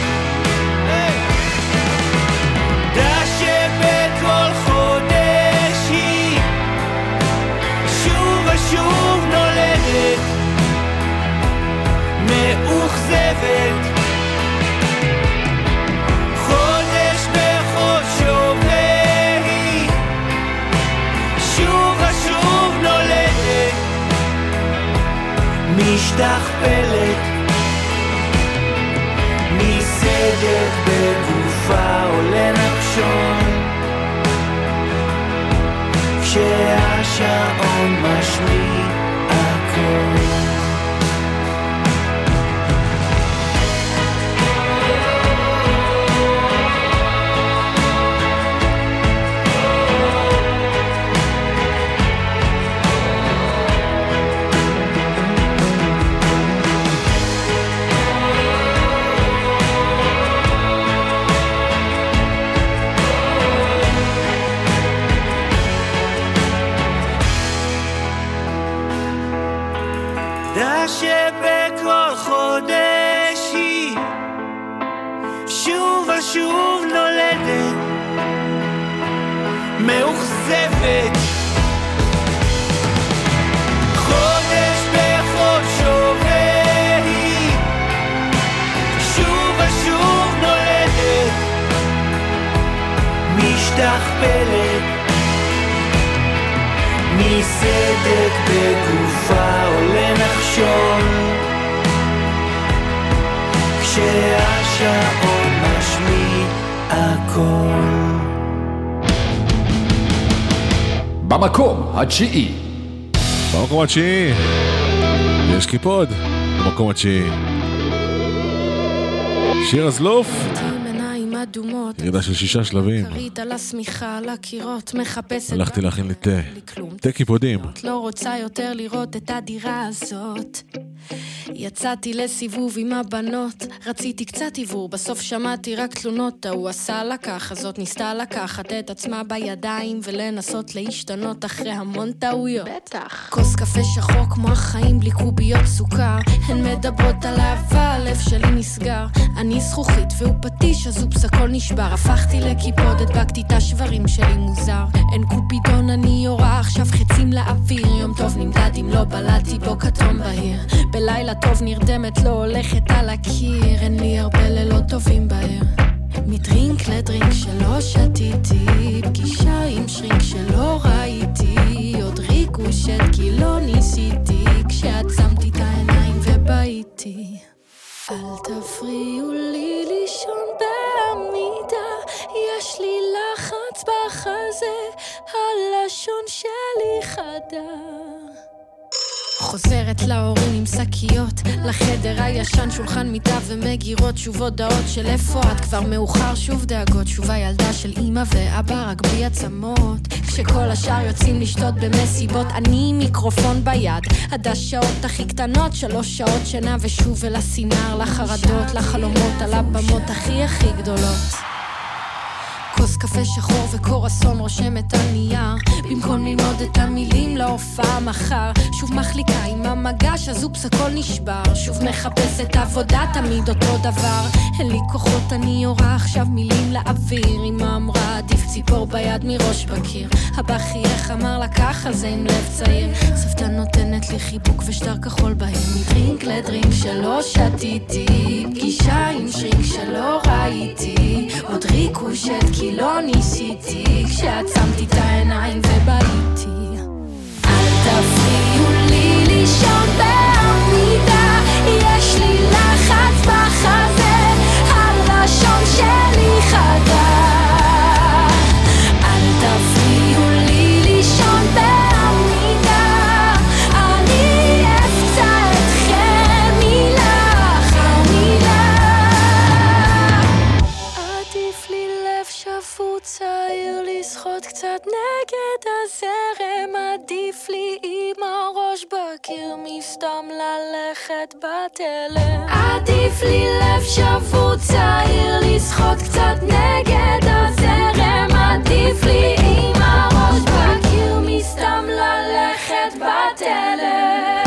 Speaker 10: דע שבכל חודש היא שוב ושוב נולדת מאוכזבת, חודש בחודשו והיא שוב ושוב נולדת משתכפלת, מסדק בגופה עולה נחשון, כשהשעון משמיע הכל. שבכל חודש היא שוב ושוב נולדת מאוכזבת, חודש בחודשו והיא שוב ושוב נולדת משתכפלת, מסדק בגופה עולה נחשון כשהשעון משמיע הכל.
Speaker 1: במקום התשיעי.
Speaker 2: במקום התשיעי יש קיפוד. במקום התשיעי שיר הזלוף, ירידה של שישה שלבים.
Speaker 11: קרית על הסמיכה, על הקירות, מחפשת.
Speaker 2: הלכתי להכין לי תה, תה קיפודים.
Speaker 11: לא רוצה יותר לראות את הדירה הזאת. יצאתי לסיבוב עם הבנות, רציתי קצת עיבור, בסוף שמעתי רק תלונות. הוא עשה לקח, הזאת ניסתה לקחת את עצמה בידיים ולנסות להשתנות אחרי המון טעויות. בטח. כוס קפה שחור כמו החיים בלי קוביות סוכר, הן מדברות על אהבה, הלב שלי נסגר. אני זכוכית והוא פטיש, אז אופס הכל נשבר. הפכתי לקיפוד, הדבקתי את השברים שלי מוזר. אין קופידון, אני יורה עכשיו חצים לאוויר. יום טוב נמדד אם לא בלעתי בו כתום בהיר. בלילה טוב נרדמת לא הולכת על הקיר. אין לי הרבה לילות טובים בעיר. מדרינק לדרינק שלא שתיתי, פגישה עם שרינק שלא ראיתי, עוד ריקושת כי לא ניסיתי, כשעצמתי את העיניים ובאיתי. אל תפריעו לי לישון בעמידה, יש לי לחץ בחזה, הלשון שלי חדה. חוזרת להורים עם שקיות, לחדר הישן שולחן מיטה ומגירות, שוב הודעות של איפה את, כבר מאוחר שוב דאגות, שוב הילדה של אמא ואבא רק בלי עצמות, כשכל השאר יוצאים לשתות במסיבות, אני עם מיקרופון ביד עד השעות הכי קטנות, שלוש שעות שינה ושוב אל הסינר, לחרדות, לחלומות על הבמות הכי הכי גדולות. כוס קפה שחור וקורסון רושמת על נייר, במקום ללמוד את המילים להופעה מחר, שוב מחליקה עם המגש אז אופס הכל נשבר, שוב מחפשת עבודה תמיד אותו דבר, אין לי כוחות אני יורה עכשיו מילים לאוויר, אמא אמרה עדיף ציפור ביד מראש בקיר, אבא חייך אמר לקח על זה עם לב צעיר, סבתא נותנת לי חיבוק ושטר כחול בהם, מדרינק לדרינק שלא שתיתי, פגישה עם שרינק שלא ראיתי, עוד ריקושת כי לא ניסיתי, כשעצמתי את העיניים ובאיתי. אל תפריעו לי לישון בעמידה, יש לי לחץ בחזה, הלשון שלי חדה. אל תפריעו לי לישון בעמידה, אני אפצע אתכם מילה אחר מילה. עדיף לי לב שפוט צעיר לשחות קצת נגד הזרם, עדיף לי עם הראש בקיר מסתם ללכת בתלם. עדיף לי לב שפוט צעיר לשחות קצת נגד הזרם, עדיף לי עם הראש בקיר מסתם ללכת בתלם.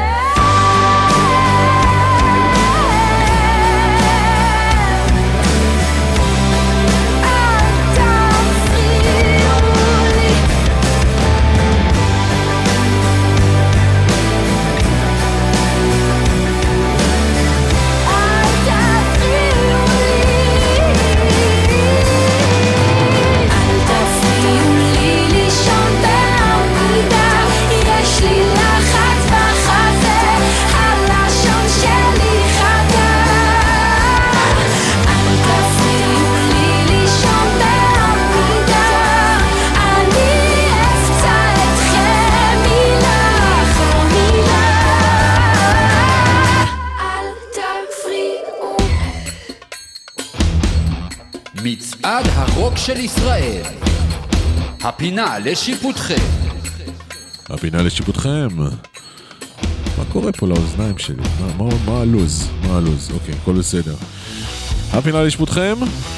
Speaker 1: מצעד הרוק של ישראל, הפינה לשיפוטכם.
Speaker 2: הפינה לשיפוטכם. מה קורה פה לאוזניים שלי? מה, מה, מה הלוז? מה הלוז? אוקיי, הכל בסדר. הפינה לשיפוטכם.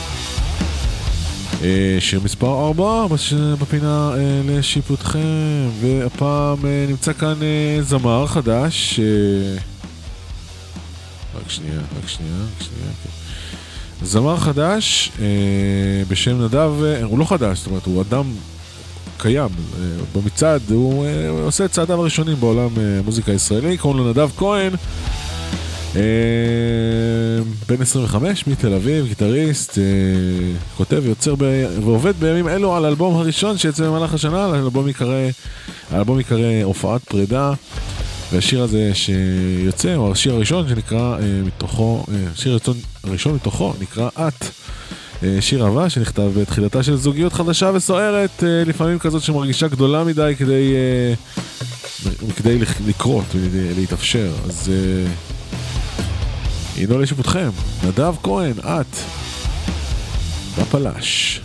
Speaker 2: שיר מספר ארבע בפינה לשיפוטכם, והפעם נמצא כאן זמר חדש. רק שנייה, רק שנייה, רק שנייה. זמר חדש בשם נדב, הוא לא חדש, זאת אומרת, הוא אדם קיים במצעד, הוא עושה את צעדיו הראשונים בעולם מוזיקה ישראלי, קוראים לו נדב כהן. בן עשרים וחמש מתל אביב, גיטריסט, כותב ויוצר ועובד בימים אלו על האלבום הראשון שיצא במהלך השנה. האלבום יקרא, האלבום יקרא הופעת פרידה, והשיר הזה שיוצא הוא השיר הראשון שנקרא מתוכו, השיר הראשון מתוכו נקרא את, שיר אהבה שנכתב בתחילתה של זוגיות חדשה וסוערת, לפעמים כזאת שמרגישה גדולה מדי כדי כדי לקרות ולהתאפשר. אז הנה לשיפוטכם, נדב כהן, את בפלש.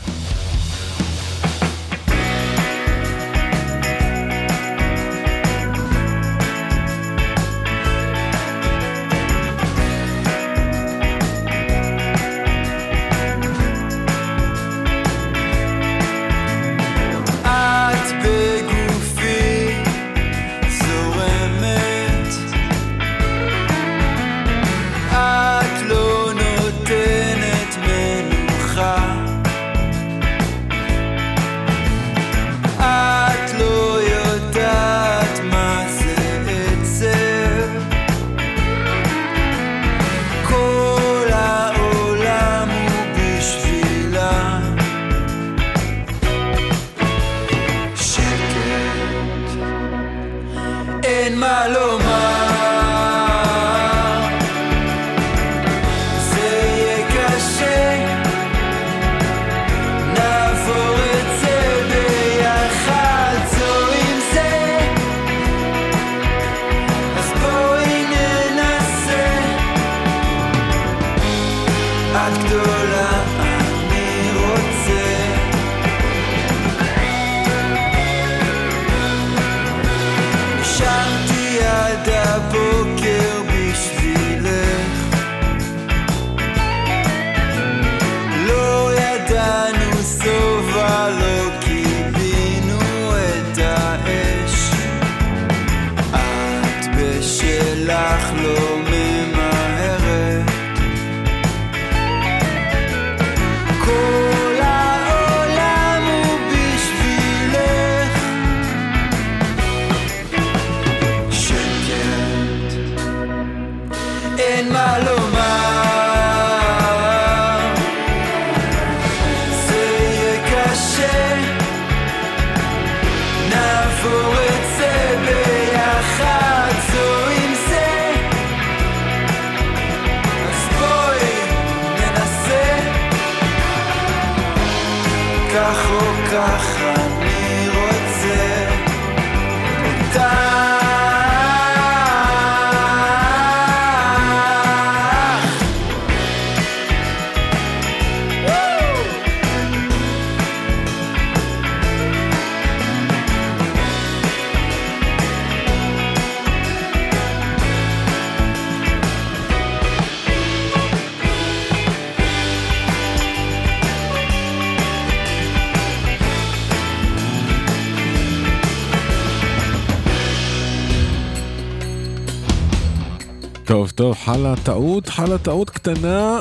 Speaker 2: טוב, טוב, חלה טעות, חלה טעות קטנה.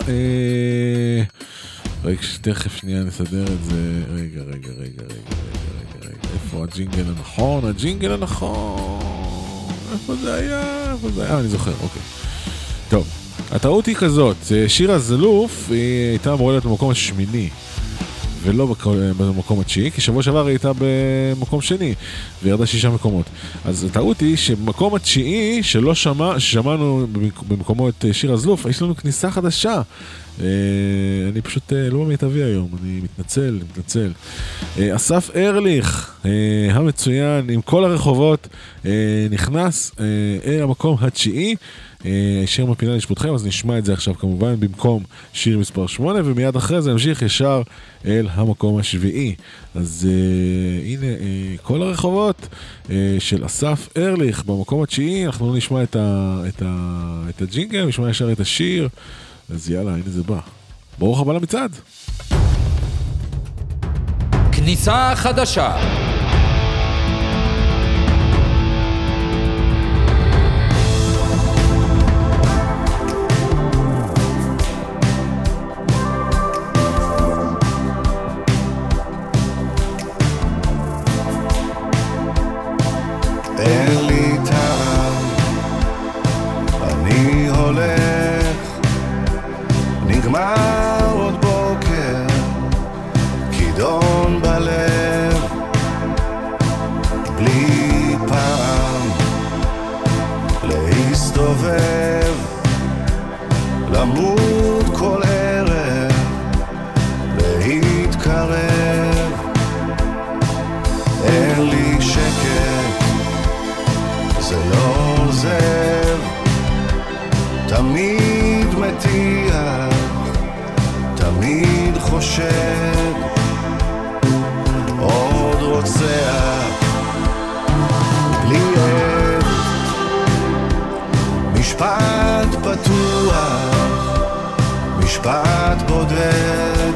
Speaker 2: אה... רגע, תכף שנייה נסדר את זה. רגע, רגע, רגע, רגע, רגע, רגע, רגע. איפה הג'ינגל הנכון? הג'ינגל הנכון. איפה זה היה? איפה זה היה? אני זוכר, אוקיי. טוב, הטעות היא כזאת. שירה זלוף היא הייתה אמורה להיות במקום השמיני. ולא במקום התשיעי, כי שבוע שעבר היא הייתה במקום שני, וירדה שישה מקומות. אז הטעות היא שבמקום התשיעי, שלא שמע, ששמענו במקומו את שיר הזלוף, יש לנו כניסה חדשה. אני פשוט לא במיטבי היום, אני מתנצל, מתנצל. אסף ארליך, המצוין, עם כל הרחובות, נכנס אל המקום התשיעי, שיר מפינה לשפוטכם, אז נשמע את זה עכשיו כמובן במקום שיר מספר שמונה, ומיד אחרי זה נמשיך ישר אל המקום השביעי. אז uh, הנה uh, כל הרחובות uh, של אסף ארליך במקום התשיעי. אנחנו לא נשמע את, ה, את, ה, את הג'ינגל, נשמע ישר את השיר. אז יאללה, הנה זה בא. ברוך הבא למצעד.
Speaker 1: כניסה חדשה.
Speaker 7: אין לי טעם, אני הולך נגמר עוד בוקר, כידון בלב, בלי פעם להסתובב, למות כל ערב, להתקרב. אין לי שקט, זה לא עוזר, תמיד מתיח, תמיד חושב, עוד רוצח, בלי עד, משפט פתוח, משפט בודד.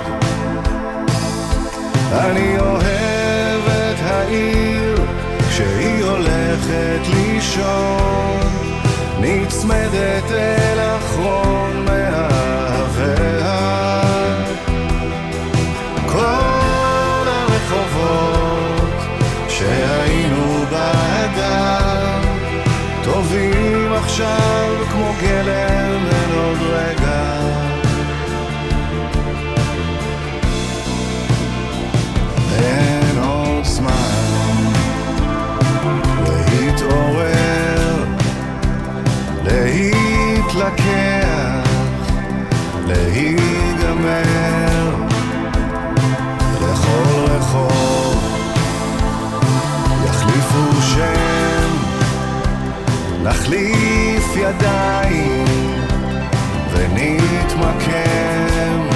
Speaker 7: אני אוהב את העיר כשהיא הולכת לישון, נצמדת אל אחרון מאהביה. כל הרחובות שהיינו בעדם טובים עכשיו כמו גלם אין עוד רגע. אין עוד זמן להתעורר, להתלקח, להיגמר. לכל רחוב יחליפו שם, נחליף ידיים ונתמקם.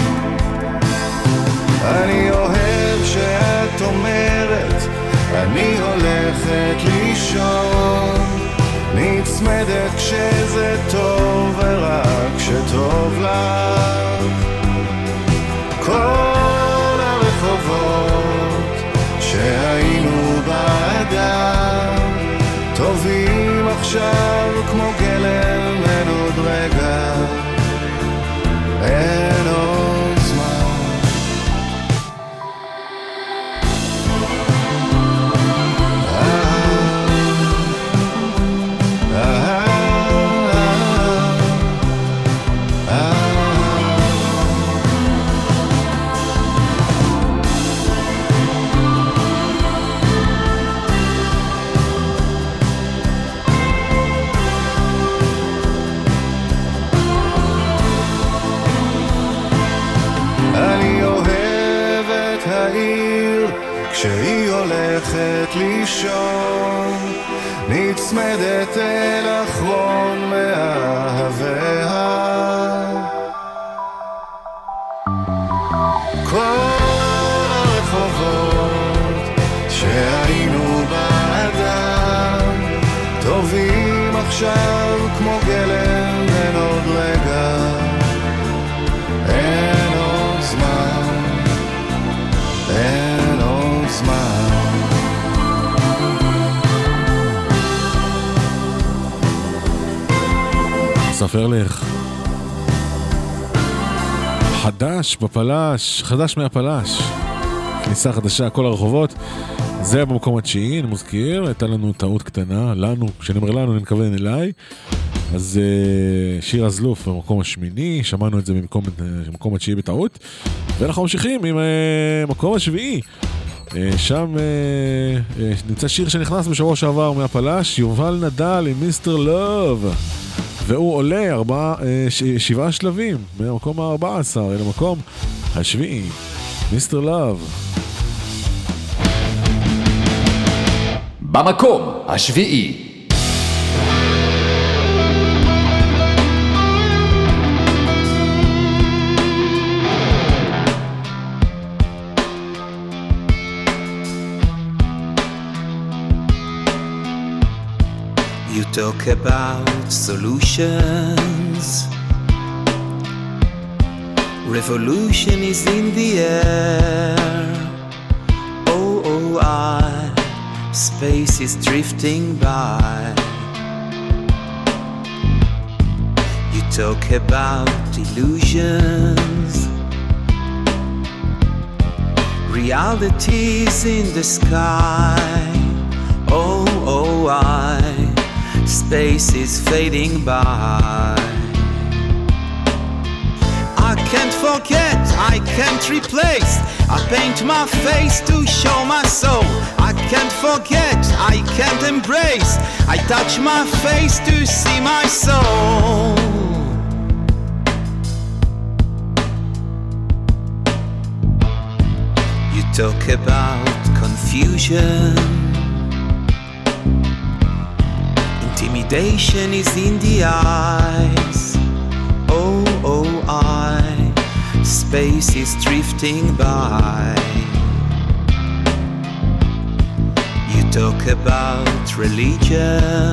Speaker 7: אני אוהב שאת אומרת אני הולכת לישון, נצמדת כשזה טוב ורק כשטוב לך. כל הרחובות שהיינו בעדם טובים עכשיו כמו גלם אין עוד רגע. אין עוד זמן. כשהיא הולכת לישון, נצמדת אל אחרון מאהביה. כל הרחובות שהיינו בעדם טובים עכשיו כמו גלם אין עוד רגע. אין עוד זמן, אין עוד זמן.
Speaker 2: ספר לך חדש בפלש, חדש מהפלש, כניסה חדשה כל הרחובות. זה במקום התשיעי, אני מזכיר, הייתה לנו טעות קטנה, לנו, כשאני אומר לנו אני מכוון אליי. אז uh, שיר הזלוף במקום השמיני, שמענו את זה במקום, במקום התשיעי בטעות, ואנחנו ממשיכים עם uh, מקום השביעי. uh, שם uh, uh, נמצא שיר שנכנס בשבוע שעבר מהפלש, יובל נדל עם מיסטר לוב, והוא עולה ארבע, uh, ש- שבעה שלבים מהמקום ה-ארבע עשרה אל המקום השביעי. מיסטר לוב
Speaker 1: במקום השביעי.
Speaker 10: You talk about solutions. Revolution is in the air. Oh, oh, I. Space is drifting by. You talk about illusions. Realities in the sky. Oh, oh, I. Space is fading by. I can't forget, I can't replace. I paint my face to show my soul. I can't forget, I can't embrace. I touch my face to see my soul. You talk about confusion. Intimidation is in the eyes. Oh, oh, I. Space is drifting by. You talk about religion.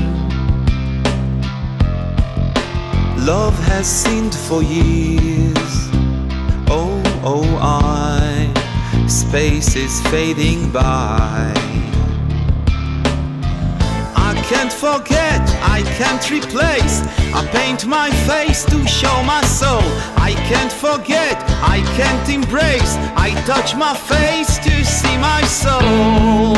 Speaker 10: Love has sinned for years. Oh, oh, I. Space is fading by. I can't forget, I can't replace. I paint my face to show my soul. I can't forget, I can't embrace. I touch my face to see my soul.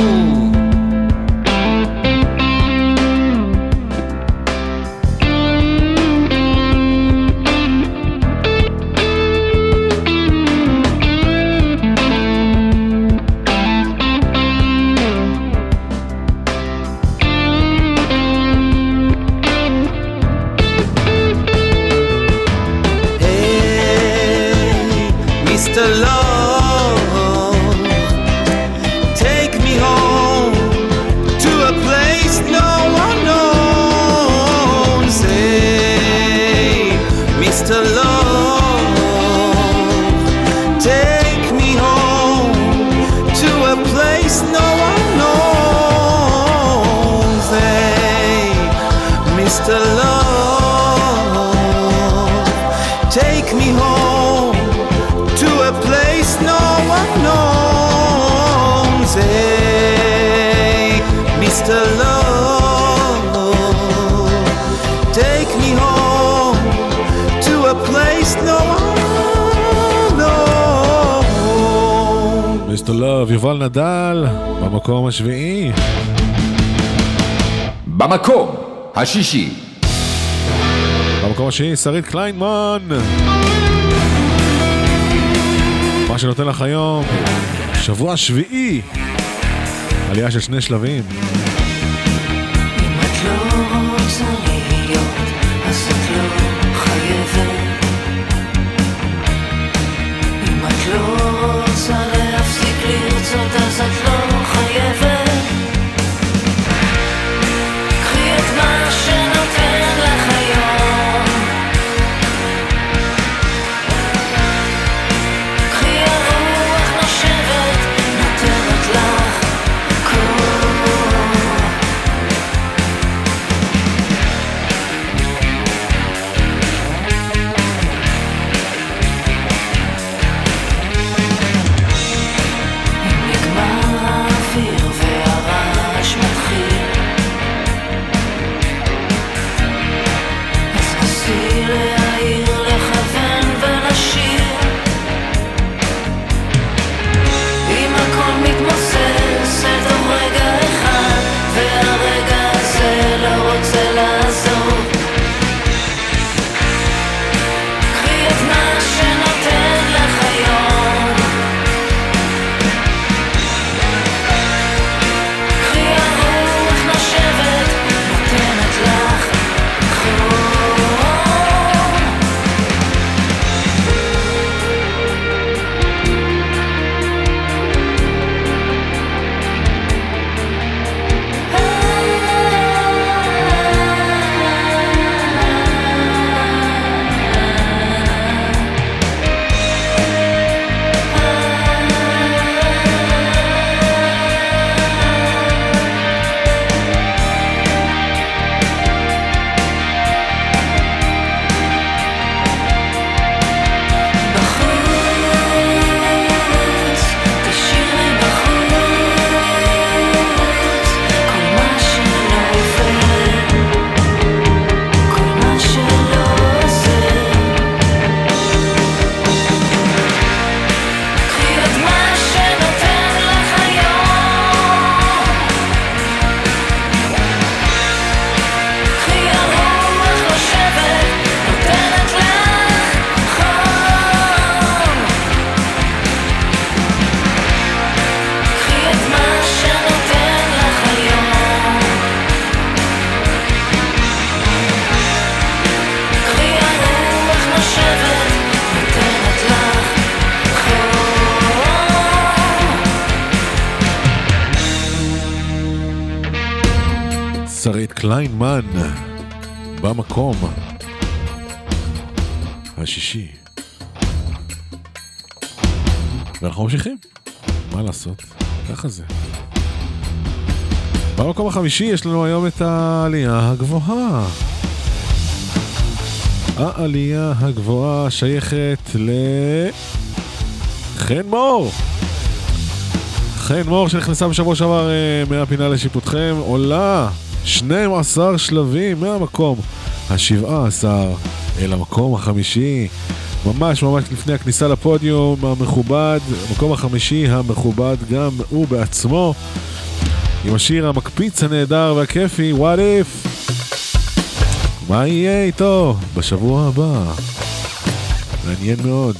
Speaker 10: Mister Love, take me home to a place no one knows. Hey, Mister Love, take me home to a place no one knows. Hey, Mister Love, take me home to a place no one knows. Hey, Mister Love, take me home to a place no one knows.
Speaker 2: מיסטר לוב, יובל נדל, במקום השביעי.
Speaker 1: במקום השישי.
Speaker 2: במקום השני, שרית קליינמן. מה שנותן לך היום, שבוע שביעי, עלייה של שני שלבים.
Speaker 12: אם את לא רוצה להיות, אז את לא חייבת. אם את לא רוצה להפסיק לרצות, אז את לא חייבת. קחי את מה שנותן לך היום. קחי הרוח נושבת, נותנת לך כל
Speaker 2: שרית קליינמן במקום השישי. ואנחנו ממשיכים, מה לעשות? ככה זה. במקום החמישי יש לנו היום את העלייה הגבוהה. העלייה הגבוהה שייכת לחן מור. חן מור שנכנסה בשבוע שעבר מהפינה לשיפוטכם, עולה שנים עשר שלבים מהמקום השבעה עשר אל המקום החמישי, ממש ממש לפני הכניסה לפודיום המכובד, המקום החמישי המכובד גם הוא בעצמו, עם השיר המקפיץ הנהדר והכיפי What If. מה יהיה איתו בשבוע הבא? מעניין מאוד.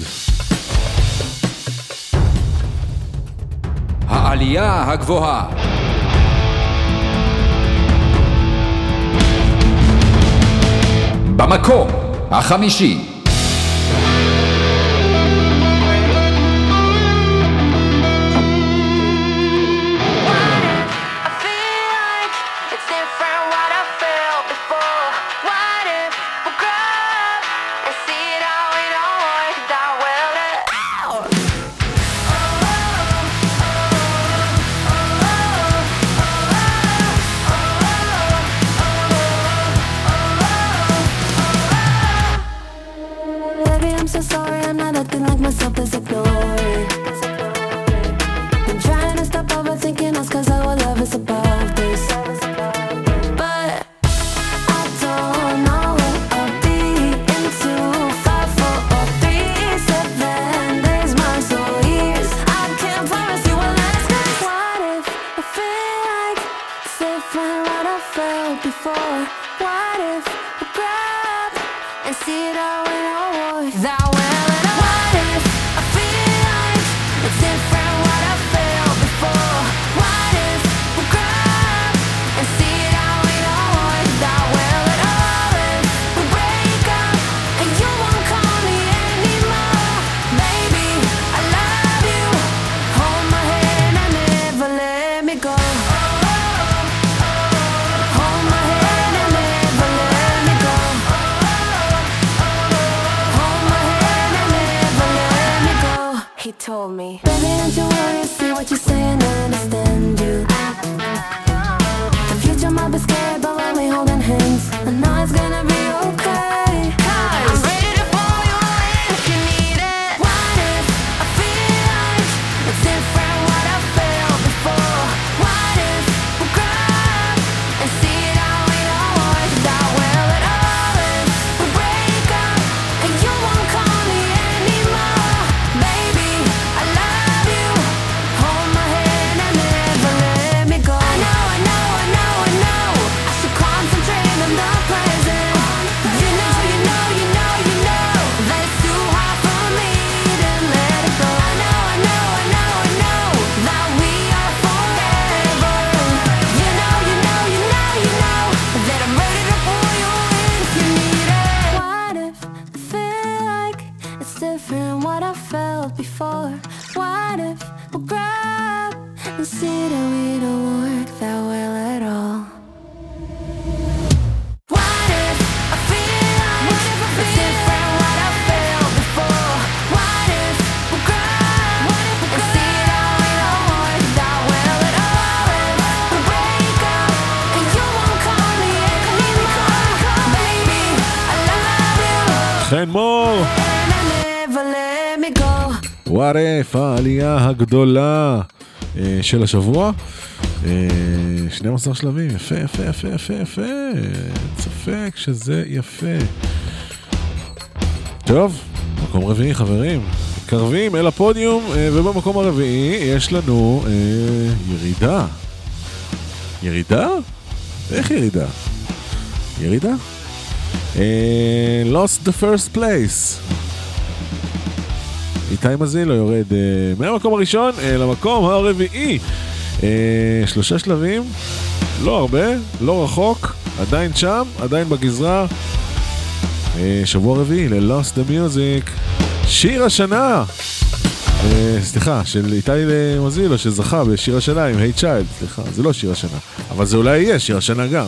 Speaker 1: העלייה הגבוהה. במקום החמישי.
Speaker 2: חן מור What If, העלייה הגדולה אה, של השבוע, אה, שנים עשר שלבים, יפה יפה יפה יפה יפה, ספק שזה יפה. טוב, מקום רביעי חברים, מתקרבים אל הפודיום, אה, ובמקום הרביעי יש לנו אה, ירידה. ירידה? איך ירידה? ירידה? Uh, lost the first place. איתי מזילו יורד uh, מהמקום הראשון uh, למקום הרביעי. uh, שלושה שלבים, לא הרבה, לא רחוק, עדיין שם, עדיין בגזרה. uh, שבוע רביעי ל-Lost the Music, שיר השנה. סליחה, של איתי מוזילו שזכה בשיר השנה עם היי צ'יילד, סליחה, זה לא שיר השנה, אבל זה אולי יהיה שיר השנה גם.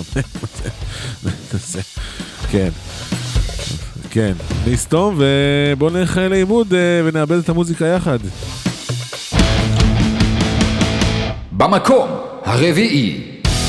Speaker 2: כן, כן, נסתום ובואו נלך לאיבוד ונאבד את המוזיקה יחד.
Speaker 1: במקום הרביעי,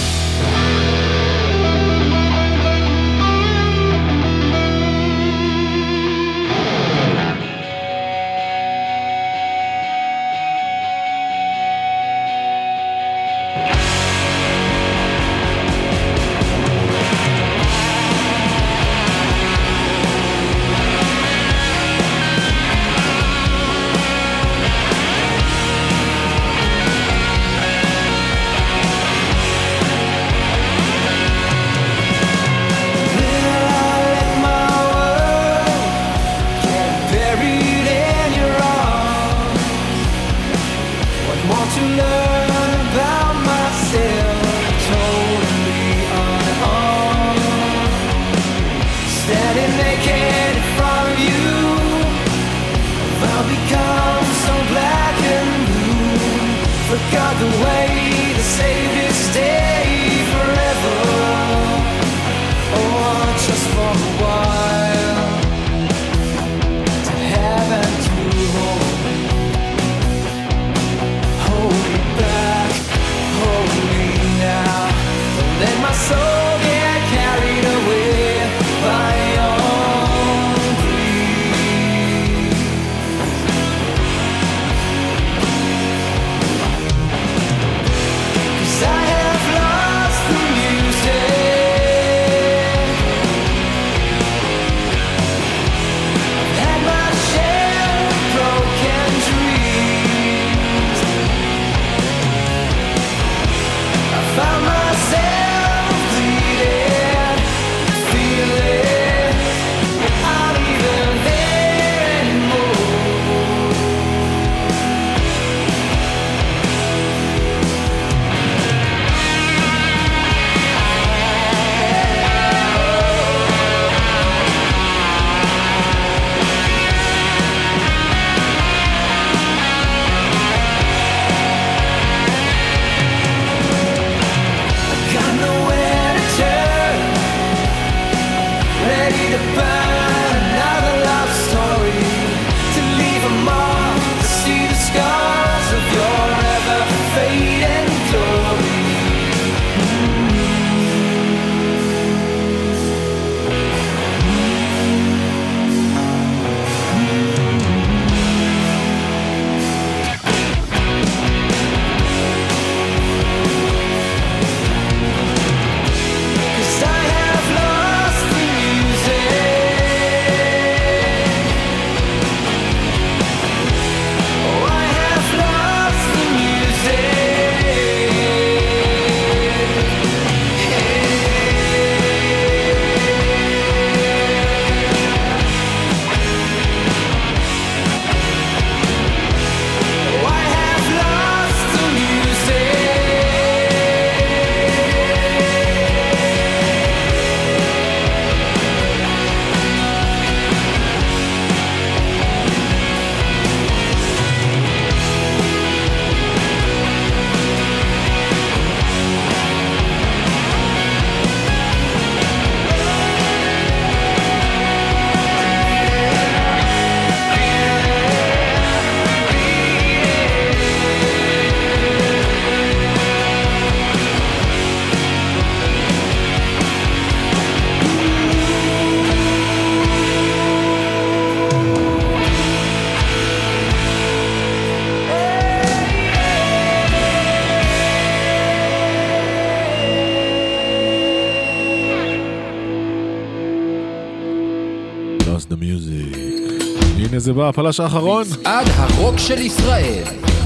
Speaker 2: הנה זה בא, הפלש האחרון.
Speaker 1: מצעד הרוק של ישראל.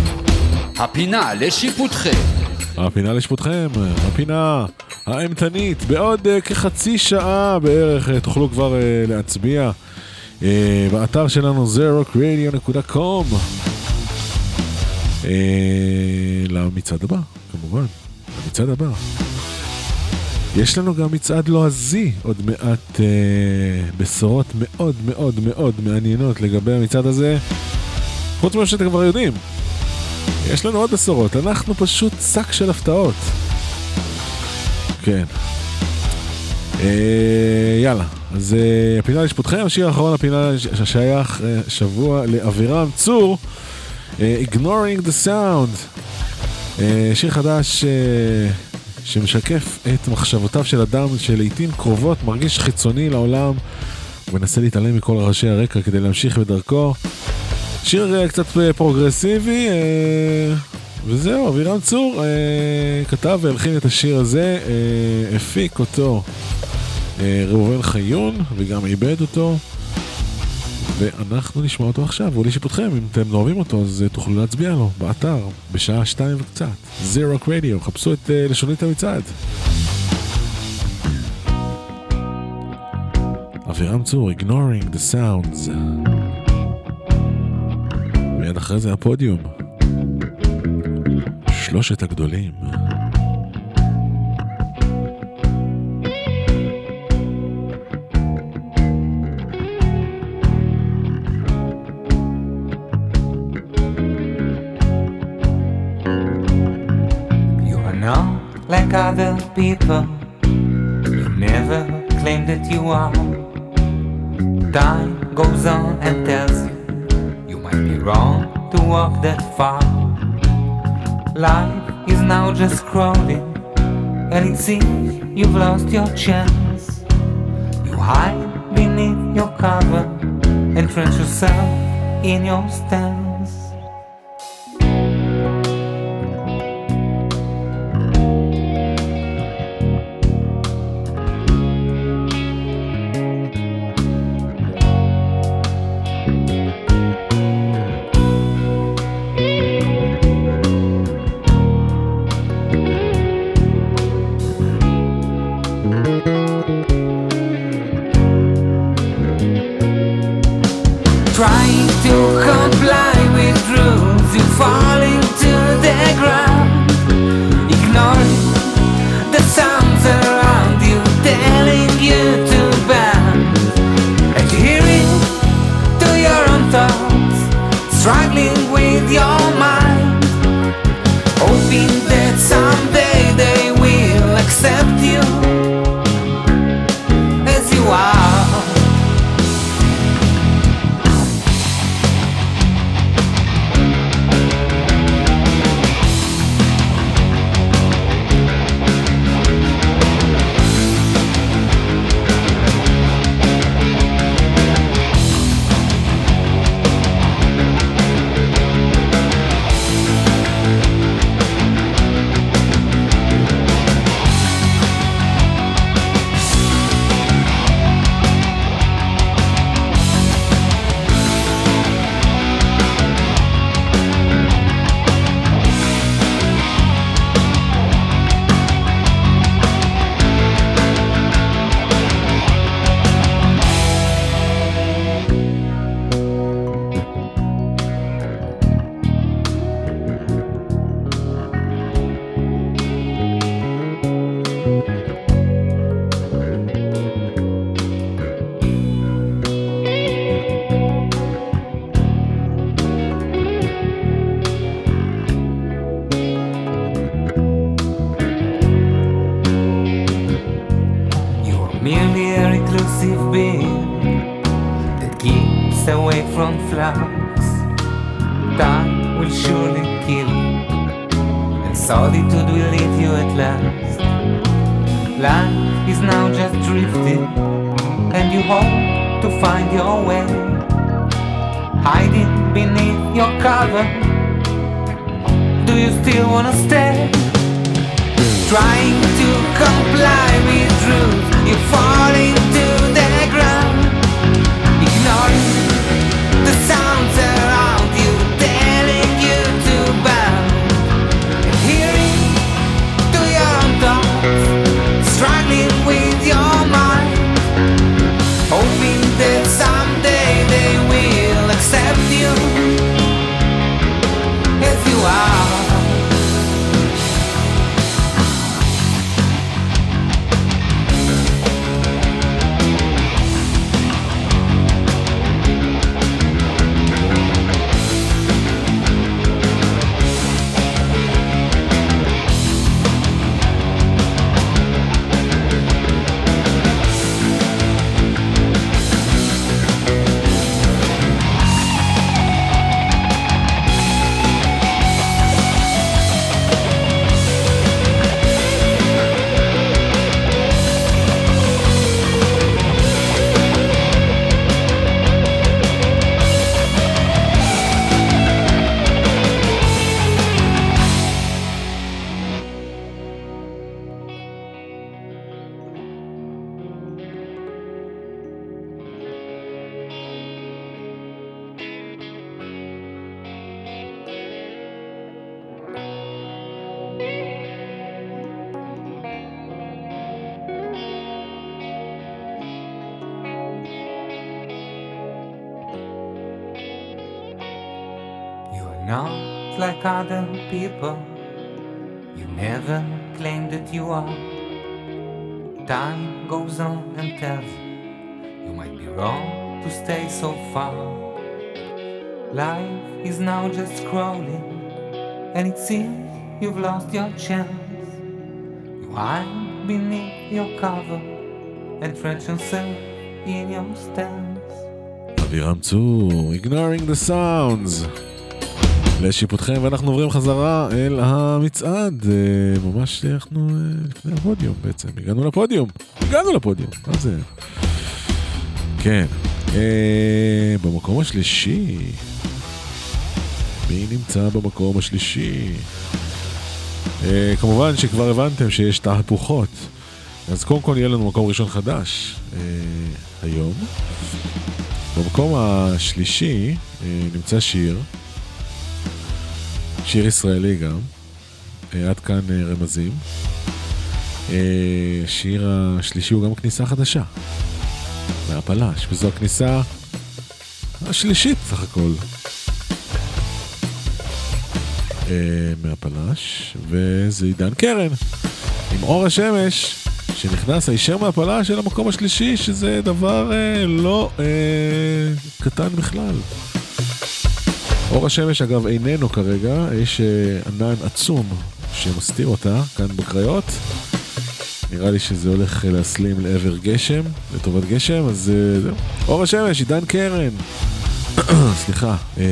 Speaker 1: הפינה לשיפוטכם.
Speaker 2: הפינה לשיפוטכם, הפינה האמתנית. בעוד uh, כחצי שעה בערך uh, תוכלו כבר uh, להצביע uh, באתר שלנו זה רוק רדיו דוט קום uh, למצעד הבא, כמובן, למצעד הבא. יש לנו גם מצעד לועזי, עוד מעט אה, בשורות מאוד מאוד מאוד מעניינות לגבי המצעד הזה. חוץ ממה שאתם כבר יודעים, יש לנו עוד בשורות, אנחנו פשוט שק של הפתעות. כן. אה, יאללה, אז אה, הפינה לשפוטכם, השיר האחרון, הפינה ששייך אה, שבוע לאבירם צור, אה, Ignoring the Sound. אה, שיר חדש אה, שמשקף את מחשבותיו של אדם שלעיתים קרובות מרגיש חיצוני לעולם, ומנסה להתעלם מכל ראשי הרקע כדי להמשיך בדרכו. שיר uh, קצת פרוגרסיבי, uh, וזהו, אבירם צור uh, כתב והלחין את השיר הזה, uh, הפיק אותו uh, ראובן חיון, וגם איבד אותו, ואנחנו נשמע אותו עכשיו, ואולי שיפוטכם, אם אתם לא אוהבים אותו, אז uh, תוכלו להצביע לו באתר, בשעה שתיים וקצת. זירו רדיו, חפשו את uh, לשונית המצעד. אבירם צור, Ignoring the Sounds. מיד אחרי זה הפודיום. שלושת הגדולים.
Speaker 13: You are not like other people. You never claim that you are. Time goes on and tells you you might be wrong to walk that far. Life is now just crawling, and it seems you've lost your chance. You hide beneath your cover and trench yourself in your stance.
Speaker 12: Trying to comply with rules, you fall into the ground, ignoring the sounds around you, telling you to bend, adhering to your own thoughts, struggling with your mind, hoping that someday they will accept you as you are.
Speaker 13: Solitude will lead you at last. Life is now just drifting, and you hope to find your way, hiding beneath your cover. Do you still wanna stay? Trying to comply with rules, you fall into the ground, ignoring the sounds around you, telling you to bound. Struggling with your mind, hoping that someday they will accept you as you are. not like other people. You never claim that you are. Time goes on and tells you you might be wrong to stay so far. Life is now just scrolling, and it seems you've lost your chance. You hide beneath your cover and trench yourself in your stance.
Speaker 2: אבירם צור, Ignoring the Sounds. לשיפוטכם, ואנחנו עוברים חזרה אל המצעד. ממש אנחנו לפני הפודיום בעצם. הגענו לפודיום. הגענו לפודיום. מה זה? כן. במקום השלישי. מי נמצא במקום השלישי? כמובן שכבר הבנתם שיש תהפוכות. אז קודם כל יהיה לנו מקום ראשון חדש היום. במקום השלישי נמצא שיר. שיר ישראלי גם, עד כאן רמזים. השיר השלישי הוא גם כניסה חדשה, מהפלש, וזו הכניסה השלישית סך הכל מהפלש, וזה עידן קרן עם אור השמש שנכנס הישר מהפלש אל המקום השלישי, שזה דבר לא קטן בכלל. אור השמש אגב איננו כרגע, יש ענן עצום שמסתיר אותה כאן בקריות. נראה לי שזה הולך להסלים לעבר גשם, לטובת גשם, אז אור השמש, עידן קרן. סליחה,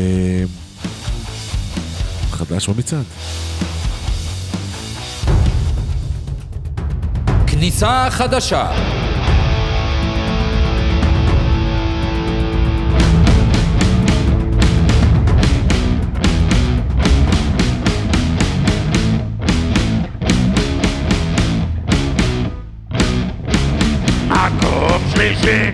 Speaker 2: חדש במצעד.
Speaker 1: כניסה חדשה.
Speaker 14: מקום שלישי.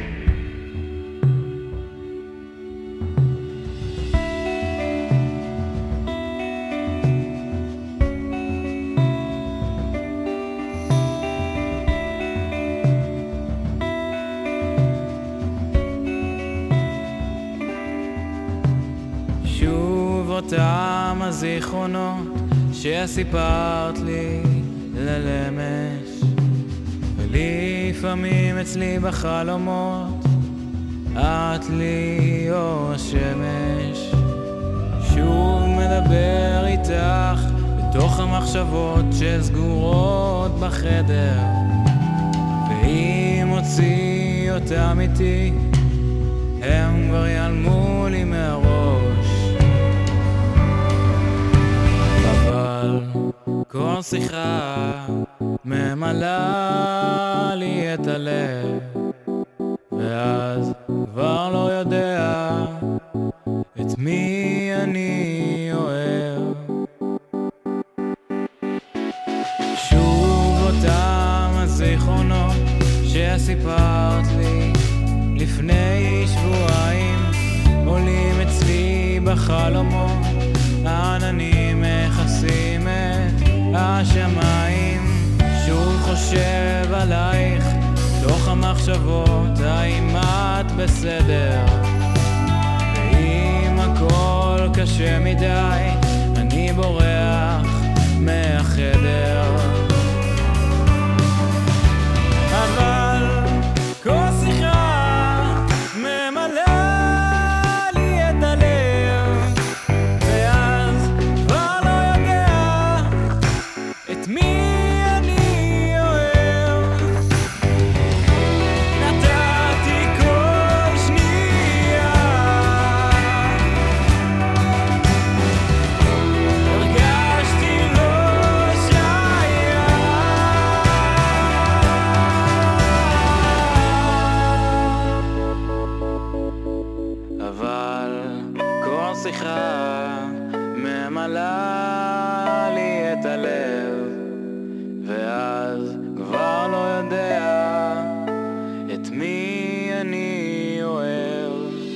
Speaker 3: שוב אותם הזיכרונות שסיפרת לי ללמש, ולפעמים אצלי בחלומות את לי אור השמש. שוב מדבר איתך בתוך המחשבות שסגורות בחדר, ואם הוציא אותם איתי הם כבר ייעלמו לי מהראש. אבל כל שיחה ממלאה לי את הלב, ואז כבר לא יודע את מי אני אוהב. שוב אותם הזיכרונות שסיפרת לי לפני שבועיים עולים אצלי בחלומות, העננים מכסים את השמיים. שוב חושב עלייך תוך המחשבות, האם את בסדר? ואם הכל קשה מדי אני בורח מהחדר. אבל כל שיחה ממלאה לי את הלב, ואז כבר לא יודע את מי אני אוהב. נתתי כל שנייה, הרגשתי לא שייך. אבל כל שיחה ממלאה לי את הלב, ואז כבר לא יודע את מי אני אוהב.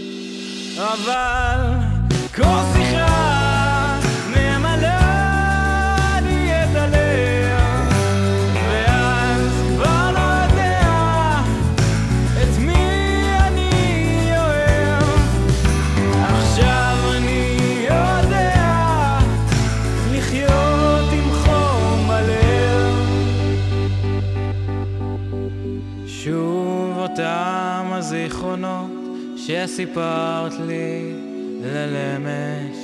Speaker 3: אבל כל שיחה ממלאה לי את הלב, ואז כבר לא יודע את מי אני אוהב. עכשיו אני יודע שסיפרת לי ללמש,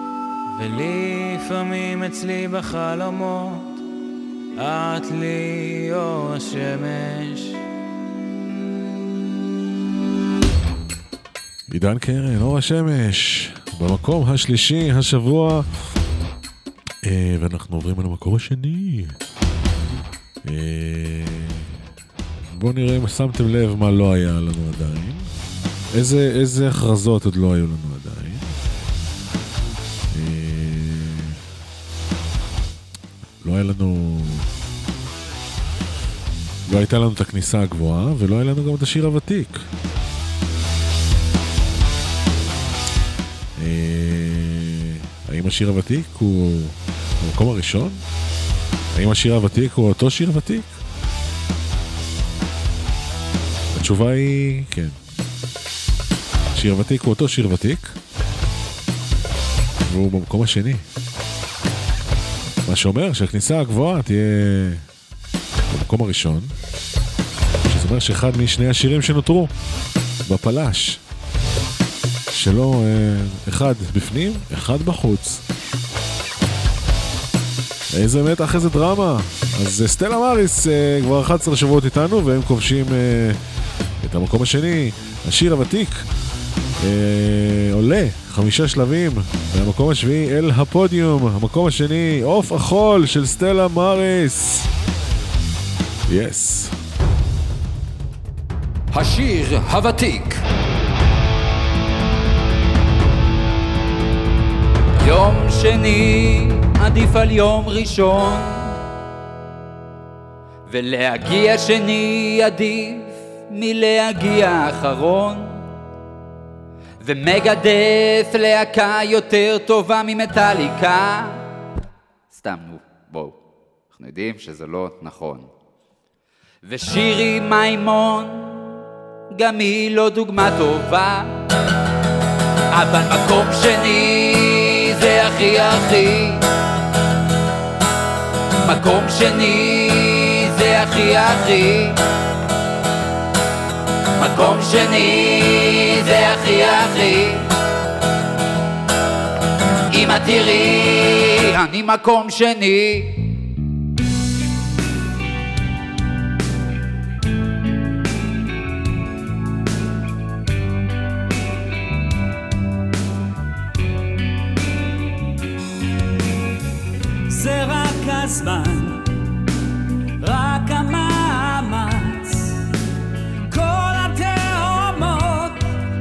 Speaker 3: ולפעמים אצלי בחלומות את לי אור השמש.
Speaker 2: עידן קרן, אור השמש, במקום השלישי השבוע, אה, ואנחנו עוברים על המקום השני. אה, בואו נראה אם שמתם לב מה לא היה לנו עדיין. איזה, איזה הכרזות עוד לא היו לנו עדיין. אה, לא היה לנו... לא הייתה לנו את הכניסה הגבוהה, ולא היה לנו גם את השיר הוותיק. האם השיר הוותיק הוא במקום הראשון? האם השיר הוותיק הוא אותו שיר ותיק? התשובה היא כן. השיר הוותיק הוא אותו שיר ותיק, והוא במקום השני. מה שאומר שהכניסה הגבוהה תהיה במקום הראשון, שזה אומר שאחד משני השירים שנותרו בפלש שלו, אחד בפנים, אחד בחוץ. איזה מתח, איזה דרמה. אז סטלה מאריס כבר אחת עשרה שבועות איתנו, והם כובשים את המקום השני. השיר הוותיק עולה חמישה שלבים, והמקום השביעי אל הפודיום. המקום השני, עוף החול של סטלה מאריס. יס.
Speaker 1: השיר הוותיק.
Speaker 14: יום שני עדיף על יום ראשון, ולהגיע שני עדיף מלהגיע אחרון, ומגדף להקה יותר טובה ממטליקה. סתם, נו, בואו, אנחנו יודעים שזה לא נכון. ושירי מימון גם היא לא דוגמה טובה, אבל מקום שני זה הכי הכי, מקום שני זה הכי הכי, מקום שני זה הכי הכי. אמא תראי, אני מקום שני.
Speaker 15: זה רק הזמן, רק המאמץ, כל התאומות,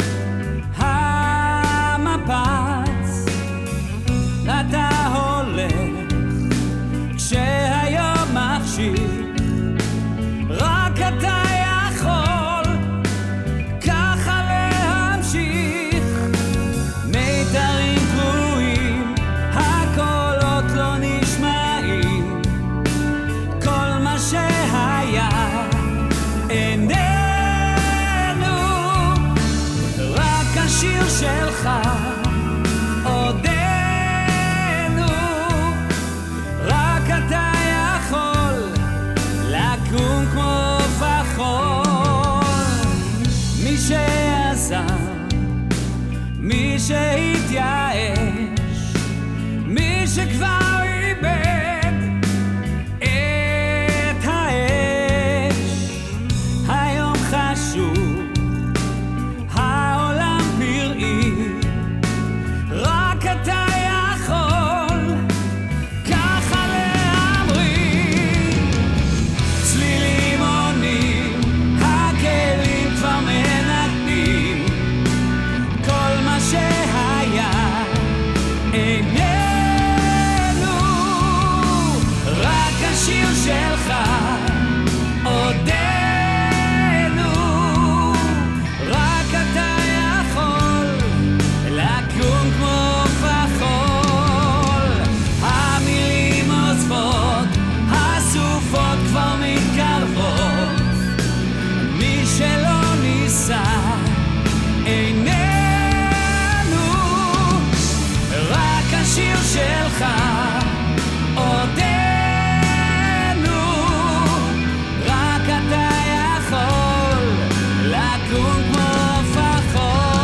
Speaker 15: המפץ. אתה הולך כשהיום מחשיך, רק אתה יכול ככה להמשיך. מיתרים גרועים, הקולות לא נשמעים, כל מה שהיה איננו, רק השיר שלך עודנו, רק אתה יכול לקום כמו פחול. מי שעזר, מי שהתייאש, מי שכבר איבד את האש, היום חשוב, העולם פראי, רק אתה יכול ככה להמריא. צלילים עונים, הכלים כבר מנגנים, כל מה שהיה איננו, רק השיר שלך עודנו, רק אתה יכול לקום כמו פחול. המילים עוזבות, הסופות כבר מתקרבות, מי שלא ניסה איננו, רק השיר שלך עודנו, רק אתה יכול לקום כמו פחול.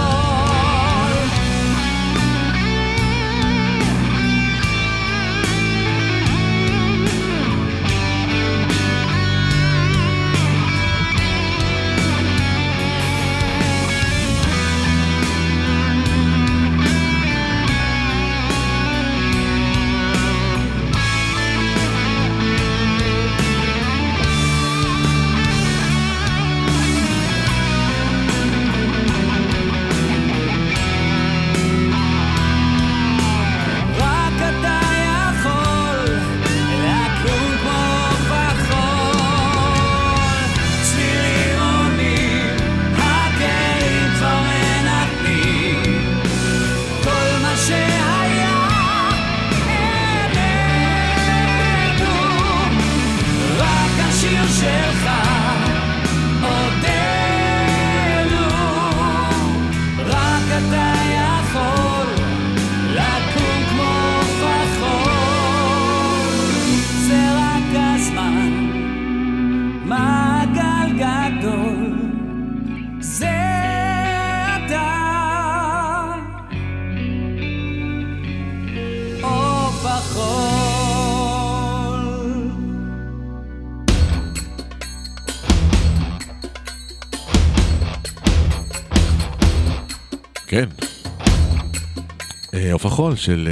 Speaker 2: כן. עוף החול של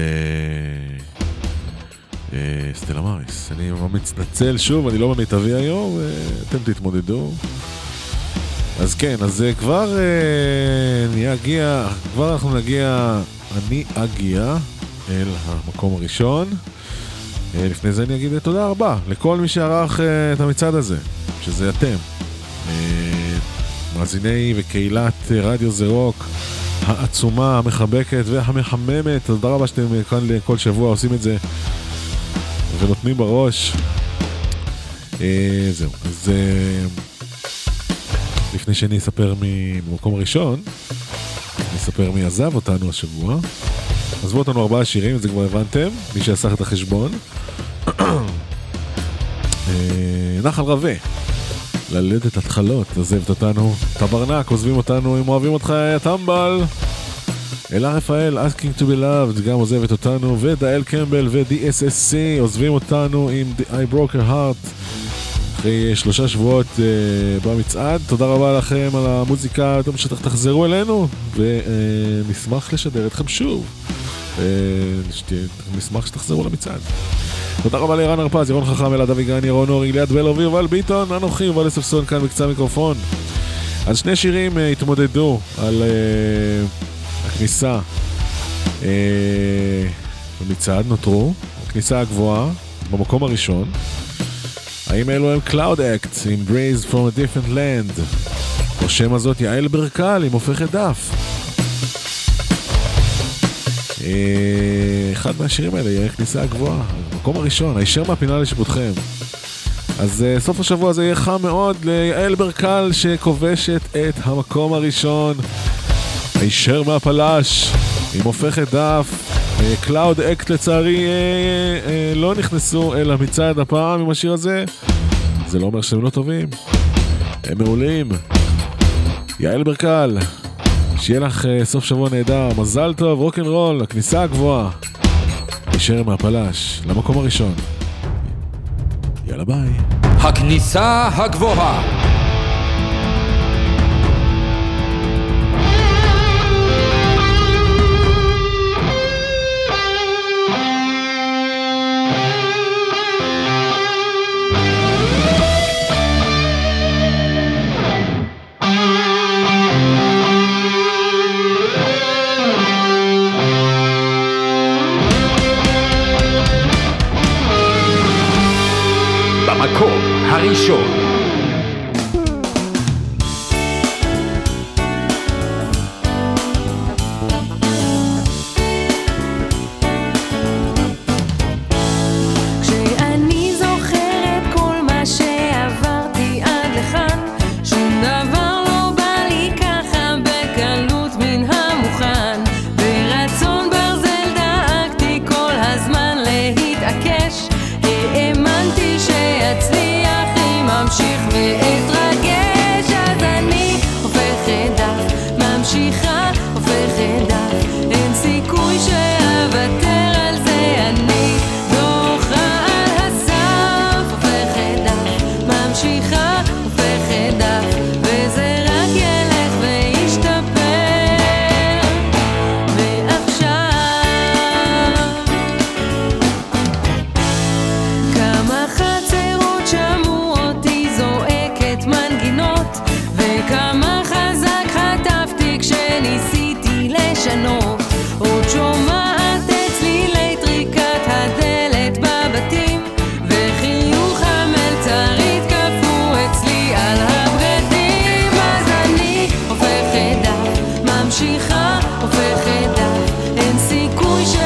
Speaker 2: סטלה מאריס. אני מצטנצל שוב, אני לא במיטבי היום, אתם תתמודדו. אז כן, אז כבר אני אגיע, כבר אנחנו נגיע, אני אגיע אל המקום הראשון. לפני זה אני אגיד תודה רבה לכל מי שערך את המצעד הזה, שזה אתם. מאזיני וקהילת רדיו זה רוק, העצומה, המחבקת והמחממת. תודה רבה שאתם כאן כל שבוע עושים את זה ונותנים בראש. אה, זהו, אז אה, לפני שאני אספר ממקום ראשון, אני אספר מי עזב אותנו השבוע. עזבו אותנו ארבעה שירים, זה כבר הבנתם, מי שעשה את החשבון. אה, נחל רווה, ללדת התחלות, עזבת אותנו. טברנק, עוזבים אותנו, אם אוהבים אותך טמבל. אלה רפאל, Asking to be Loved, גם עוזבת אותנו. ודאל קמבל ו-די אס אס סי עוזבים אותנו עם I Broke Her Heart אחרי שלושה שבועות uh, במצעד. תודה רבה לכם על המוזיקה, אתם שתחזרו אלינו ונשמח uh, לשדר אתכם שוב. uh, נשמח שתחזרו למצעד. תודה רבה לירן הרפז, ירון חכם, אלעד אביגן, ירון אורי, ליאת בלו ויובל ביטון, אנוכי יובל אספסון כאן בקצה המיקרופון. אז שני שירים uh, התמודדו על uh, הכניסה uh, במצעד, נותרו הכניסה הגבוהה במקום הראשון. האם אלו הם Cloud Act עם Braze from a Different Land, או שם הזאת יעל ברקל עם הופכת דף. אחד מהשירים האלה יהיה כניסה הגבוהה, במקום הראשון, הישר מהפינה לשיפוטכם. אז סוף השבוע הזה יהיה חם מאוד ליעל ברקל שכובשת את המקום הראשון, הישר מהפלש עם הופכת דף. Cloud Act לצערי לא נכנסו אל המצעד הפעם עם השיר הזה. זה לא אומר שהם לא טובים, הם מעולים. יעל ברקל, שיהיה לך סוף שבוע נהדר, מזל טוב, רוק'נ'רול, הכניסה הגבוהה, הישר מהפלש למקום הראשון. יאללה ביי.
Speaker 1: הכניסה הגבוהה.
Speaker 16: במקום הראשון.
Speaker 17: כשאני זוכרת כל מה שעברתי עד לכאן, שום דבר לא בא לי ככה בקלות מן המוכן. ברצון ברזל דאגתי כל הזמן להתעקש, האמנתי שאצליח אם ממשיך ואתרגש. אז אני הופכת דף, ממשיכה הופכת דף, אין סיכוי שאוותר על זה, אני דוחה על הסף. הופכת דף, ממשיכה הופכת דף, וזה רק ילך וישתפר. ועכשיו כמה חצרות שמעו אותי זועקת מנגינות, וכמה חזק חטפתי כשניסיתי לשנות. עוד שומעת אצלי טריקת הדלת בבתים, וחיוך המלצרית קפוא אצלי על הבגדים. אז אני הופכת דף, ממשיכה הופכת דף, אין סיכוי ש...